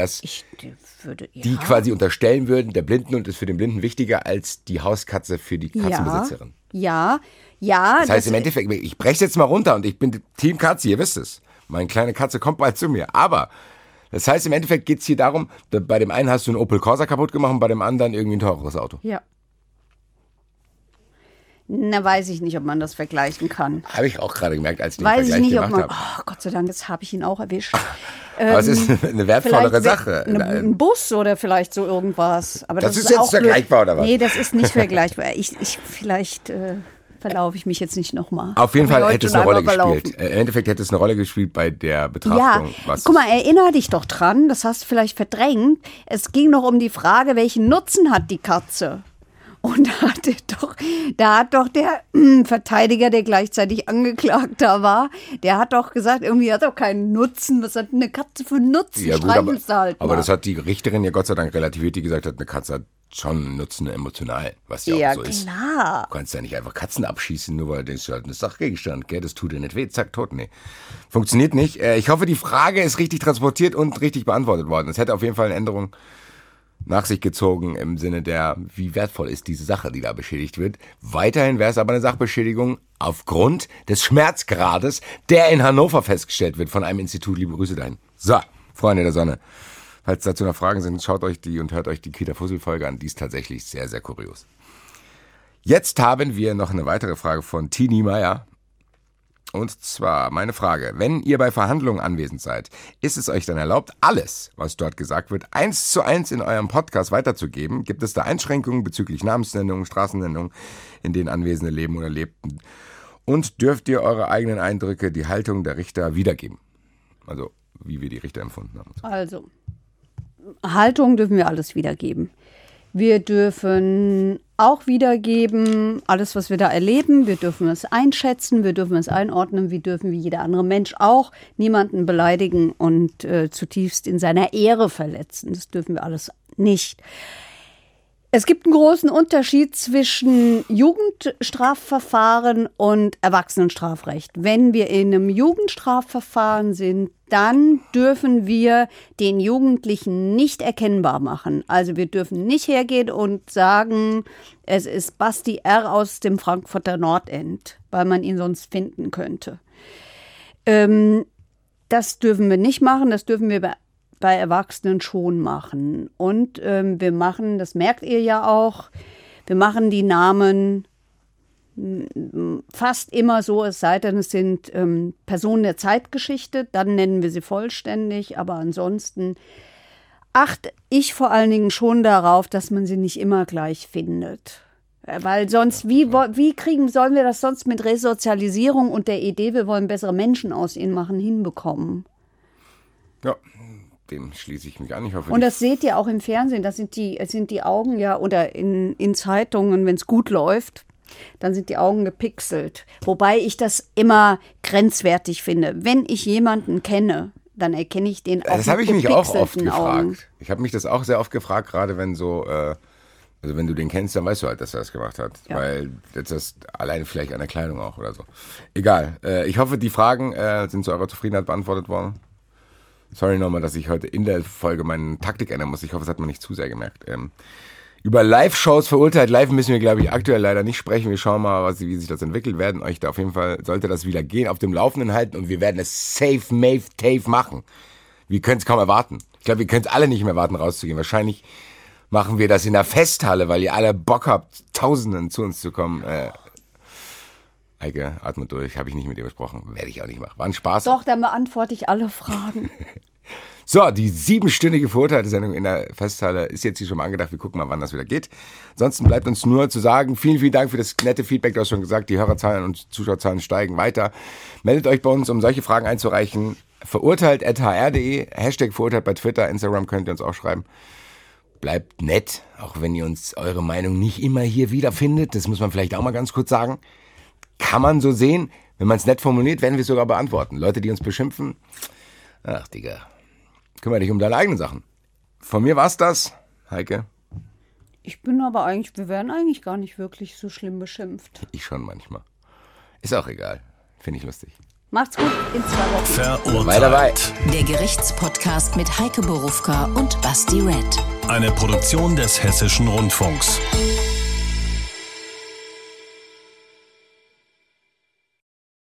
die quasi unterstellen würden, der Blindenhund ist für den Blinden wichtiger als die Hauskatze für die Katzenbesitzerin. Ja. Das heißt, im Endeffekt, ich breche es jetzt mal runter und ich bin Team Katze, ihr wisst es. Meine kleine Katze kommt bald zu mir. Aber das heißt, im Endeffekt geht es hier darum, bei dem einen hast du einen Opel Corsa kaputt gemacht und bei dem anderen irgendwie ein teureres Auto. Ja. Na, weiß ich nicht, ob man das vergleichen kann. Habe ich auch gerade gemerkt, als ich den Weiß Vergleich ich nicht, ob gemacht man. habe. Oh, Gott sei Dank, jetzt habe ich ihn auch erwischt. Aber es ist eine wertvollere Sache. Ein Bus oder vielleicht so irgendwas. Aber das ist jetzt vergleichbar, oder was? Nee, das ist nicht vergleichbar. Vielleicht verlaufe ich mich jetzt nicht nochmal. Auf jeden Fall hätte es eine Rolle gespielt. Im Endeffekt hätte es eine Rolle gespielt bei der Betrachtung. Ja, guck mal, erinnere dich doch dran, das hast du vielleicht verdrängt. Es ging noch um die Frage, welchen Nutzen hat die Katze? Und da hat doch der Verteidiger, der gleichzeitig Angeklagter war, der hat doch gesagt, irgendwie hat doch keinen Nutzen. Was hat eine Katze für einen Nutzen? Ja, gut, aber das hat die Richterin ja Gott sei Dank relativiert, die gesagt hat, eine Katze hat schon einen Nutzen emotional, was ja auch so ist. Ja, klar. Du kannst ja nicht einfach Katzen abschießen, nur weil du denkst, halt ein Sachgegenstand, gell, das tut dir nicht weh, zack, tot. Nee, funktioniert nicht. Ich hoffe, die Frage ist richtig transportiert und richtig beantwortet worden. Es hätte auf jeden Fall eine Änderung nach sich gezogen im Sinne der, wie wertvoll ist diese Sache, die da beschädigt wird. Weiterhin wäre es aber eine Sachbeschädigung aufgrund des Schmerzgrades, der in Hannover festgestellt wird von einem Institut. Liebe Grüße dahin. So, Freunde der Sonne. Falls dazu noch Fragen sind, schaut euch die und hört euch die Kita-Fussel-Folge an. Die ist tatsächlich sehr, sehr kurios. Jetzt haben wir noch eine weitere Frage von Tini Meyer. Und zwar meine Frage: Wenn ihr bei Verhandlungen anwesend seid, ist es euch dann erlaubt, alles, was dort gesagt wird, 1:1 in eurem Podcast weiterzugeben? Gibt es da Einschränkungen bezüglich Namensnennungen, Straßennennungen, in denen Anwesende leben oder lebten? Und dürft ihr eure eigenen Eindrücke, die Haltung der Richter wiedergeben? Also, wie wir die Richter empfunden haben. Also, Haltung dürfen wir alles wiedergeben. Wir dürfen auch wiedergeben, alles, was wir da erleben. Wir dürfen es einschätzen, wir dürfen es einordnen. Wir dürfen, wie jeder andere Mensch auch, niemanden beleidigen und zutiefst in seiner Ehre verletzen. Das dürfen wir alles nicht. Es gibt einen großen Unterschied zwischen Jugendstrafverfahren und Erwachsenenstrafrecht. Wenn wir in einem Jugendstrafverfahren sind, dann dürfen wir den Jugendlichen nicht erkennbar machen. Also wir dürfen nicht hergehen und sagen, es ist Basti R. aus dem Frankfurter Nordend, weil man ihn sonst finden könnte. Das dürfen wir nicht machen, das dürfen wir bei Erwachsenen schon machen. Und wir machen, das merkt ihr ja auch, wir machen die Namen fast immer so, es sei denn, es sind Personen der Zeitgeschichte, dann nennen wir sie vollständig, aber ansonsten achte ich vor allen Dingen schon darauf, dass man sie nicht immer gleich findet. Weil sonst, wie sollen wir das sonst mit Resozialisierung und der Idee, wir wollen bessere Menschen aus ihnen machen, hinbekommen? Ja, dem schließe ich mich an. Ich hoffe, und das seht ihr auch im Fernsehen, das sind die Augen ja, oder in Zeitungen, wenn es gut läuft, dann sind die Augen gepixelt. Wobei ich das immer grenzwertig finde. Wenn ich jemanden kenne, dann erkenne ich den auch. Das habe ich mich auch oft Augen. gefragt. Ich habe mich das auch sehr oft gefragt, gerade wenn so, also wenn du den kennst, dann weißt du halt, dass er das gemacht hat. Ja. Weil das ist allein vielleicht an der Kleidung auch oder so. Egal. Ich hoffe, die Fragen sind zu eurer Zufriedenheit beantwortet worden. Sorry nochmal, dass ich heute in der Folge meine Taktik ändern muss. Ich hoffe, das hat man nicht zu sehr gemerkt. Über Live-Shows verurteilt live müssen wir, glaube ich, aktuell leider nicht sprechen. Wir schauen mal, wie sich das entwickelt. Werden euch da auf jeden Fall, sollte das wieder gehen, auf dem Laufenden halten. Und wir werden es safe, machen. Wir können es kaum erwarten. Ich glaube, wir können es alle nicht mehr erwarten, rauszugehen. Wahrscheinlich machen wir das in der Festhalle, weil ihr alle Bock habt, Tausenden zu uns zu kommen. Eike, atme durch, habe ich nicht mit dir besprochen. Werde ich auch nicht machen. War ein Spaß. Doch, dann beantworte ich alle Fragen. So, die 7-stündige Verurteilte-Sendung in der Festhalle ist jetzt hier schon mal angedacht. Wir gucken mal, wann das wieder geht. Ansonsten bleibt uns nur zu sagen, vielen, vielen Dank für das nette Feedback. Du hast schon gesagt, die Hörerzahlen und Zuschauerzahlen steigen weiter. Meldet euch bei uns, um solche Fragen einzureichen. verurteilt@hr.de, Hashtag verurteilt bei Twitter, Instagram könnt ihr uns auch schreiben. Bleibt nett, auch wenn ihr uns eure Meinung nicht immer hier wiederfindet. Das muss man vielleicht auch mal ganz kurz sagen. Kann man so sehen. Wenn man es nett formuliert, werden wir es sogar beantworten. Leute, die uns beschimpfen, ach Digga, kümmere dich um deine eigenen Sachen. Von mir war's das, Heike. Wir werden eigentlich gar nicht wirklich so schlimm beschimpft. Ich schon manchmal. Ist auch egal. Finde ich lustig. Macht's gut, in 2 Wochen. Verurteilt. Bye, dabei. Der Gerichtspodcast mit Heike Borufka und Basti Red. Eine Produktion des Hessischen Rundfunks.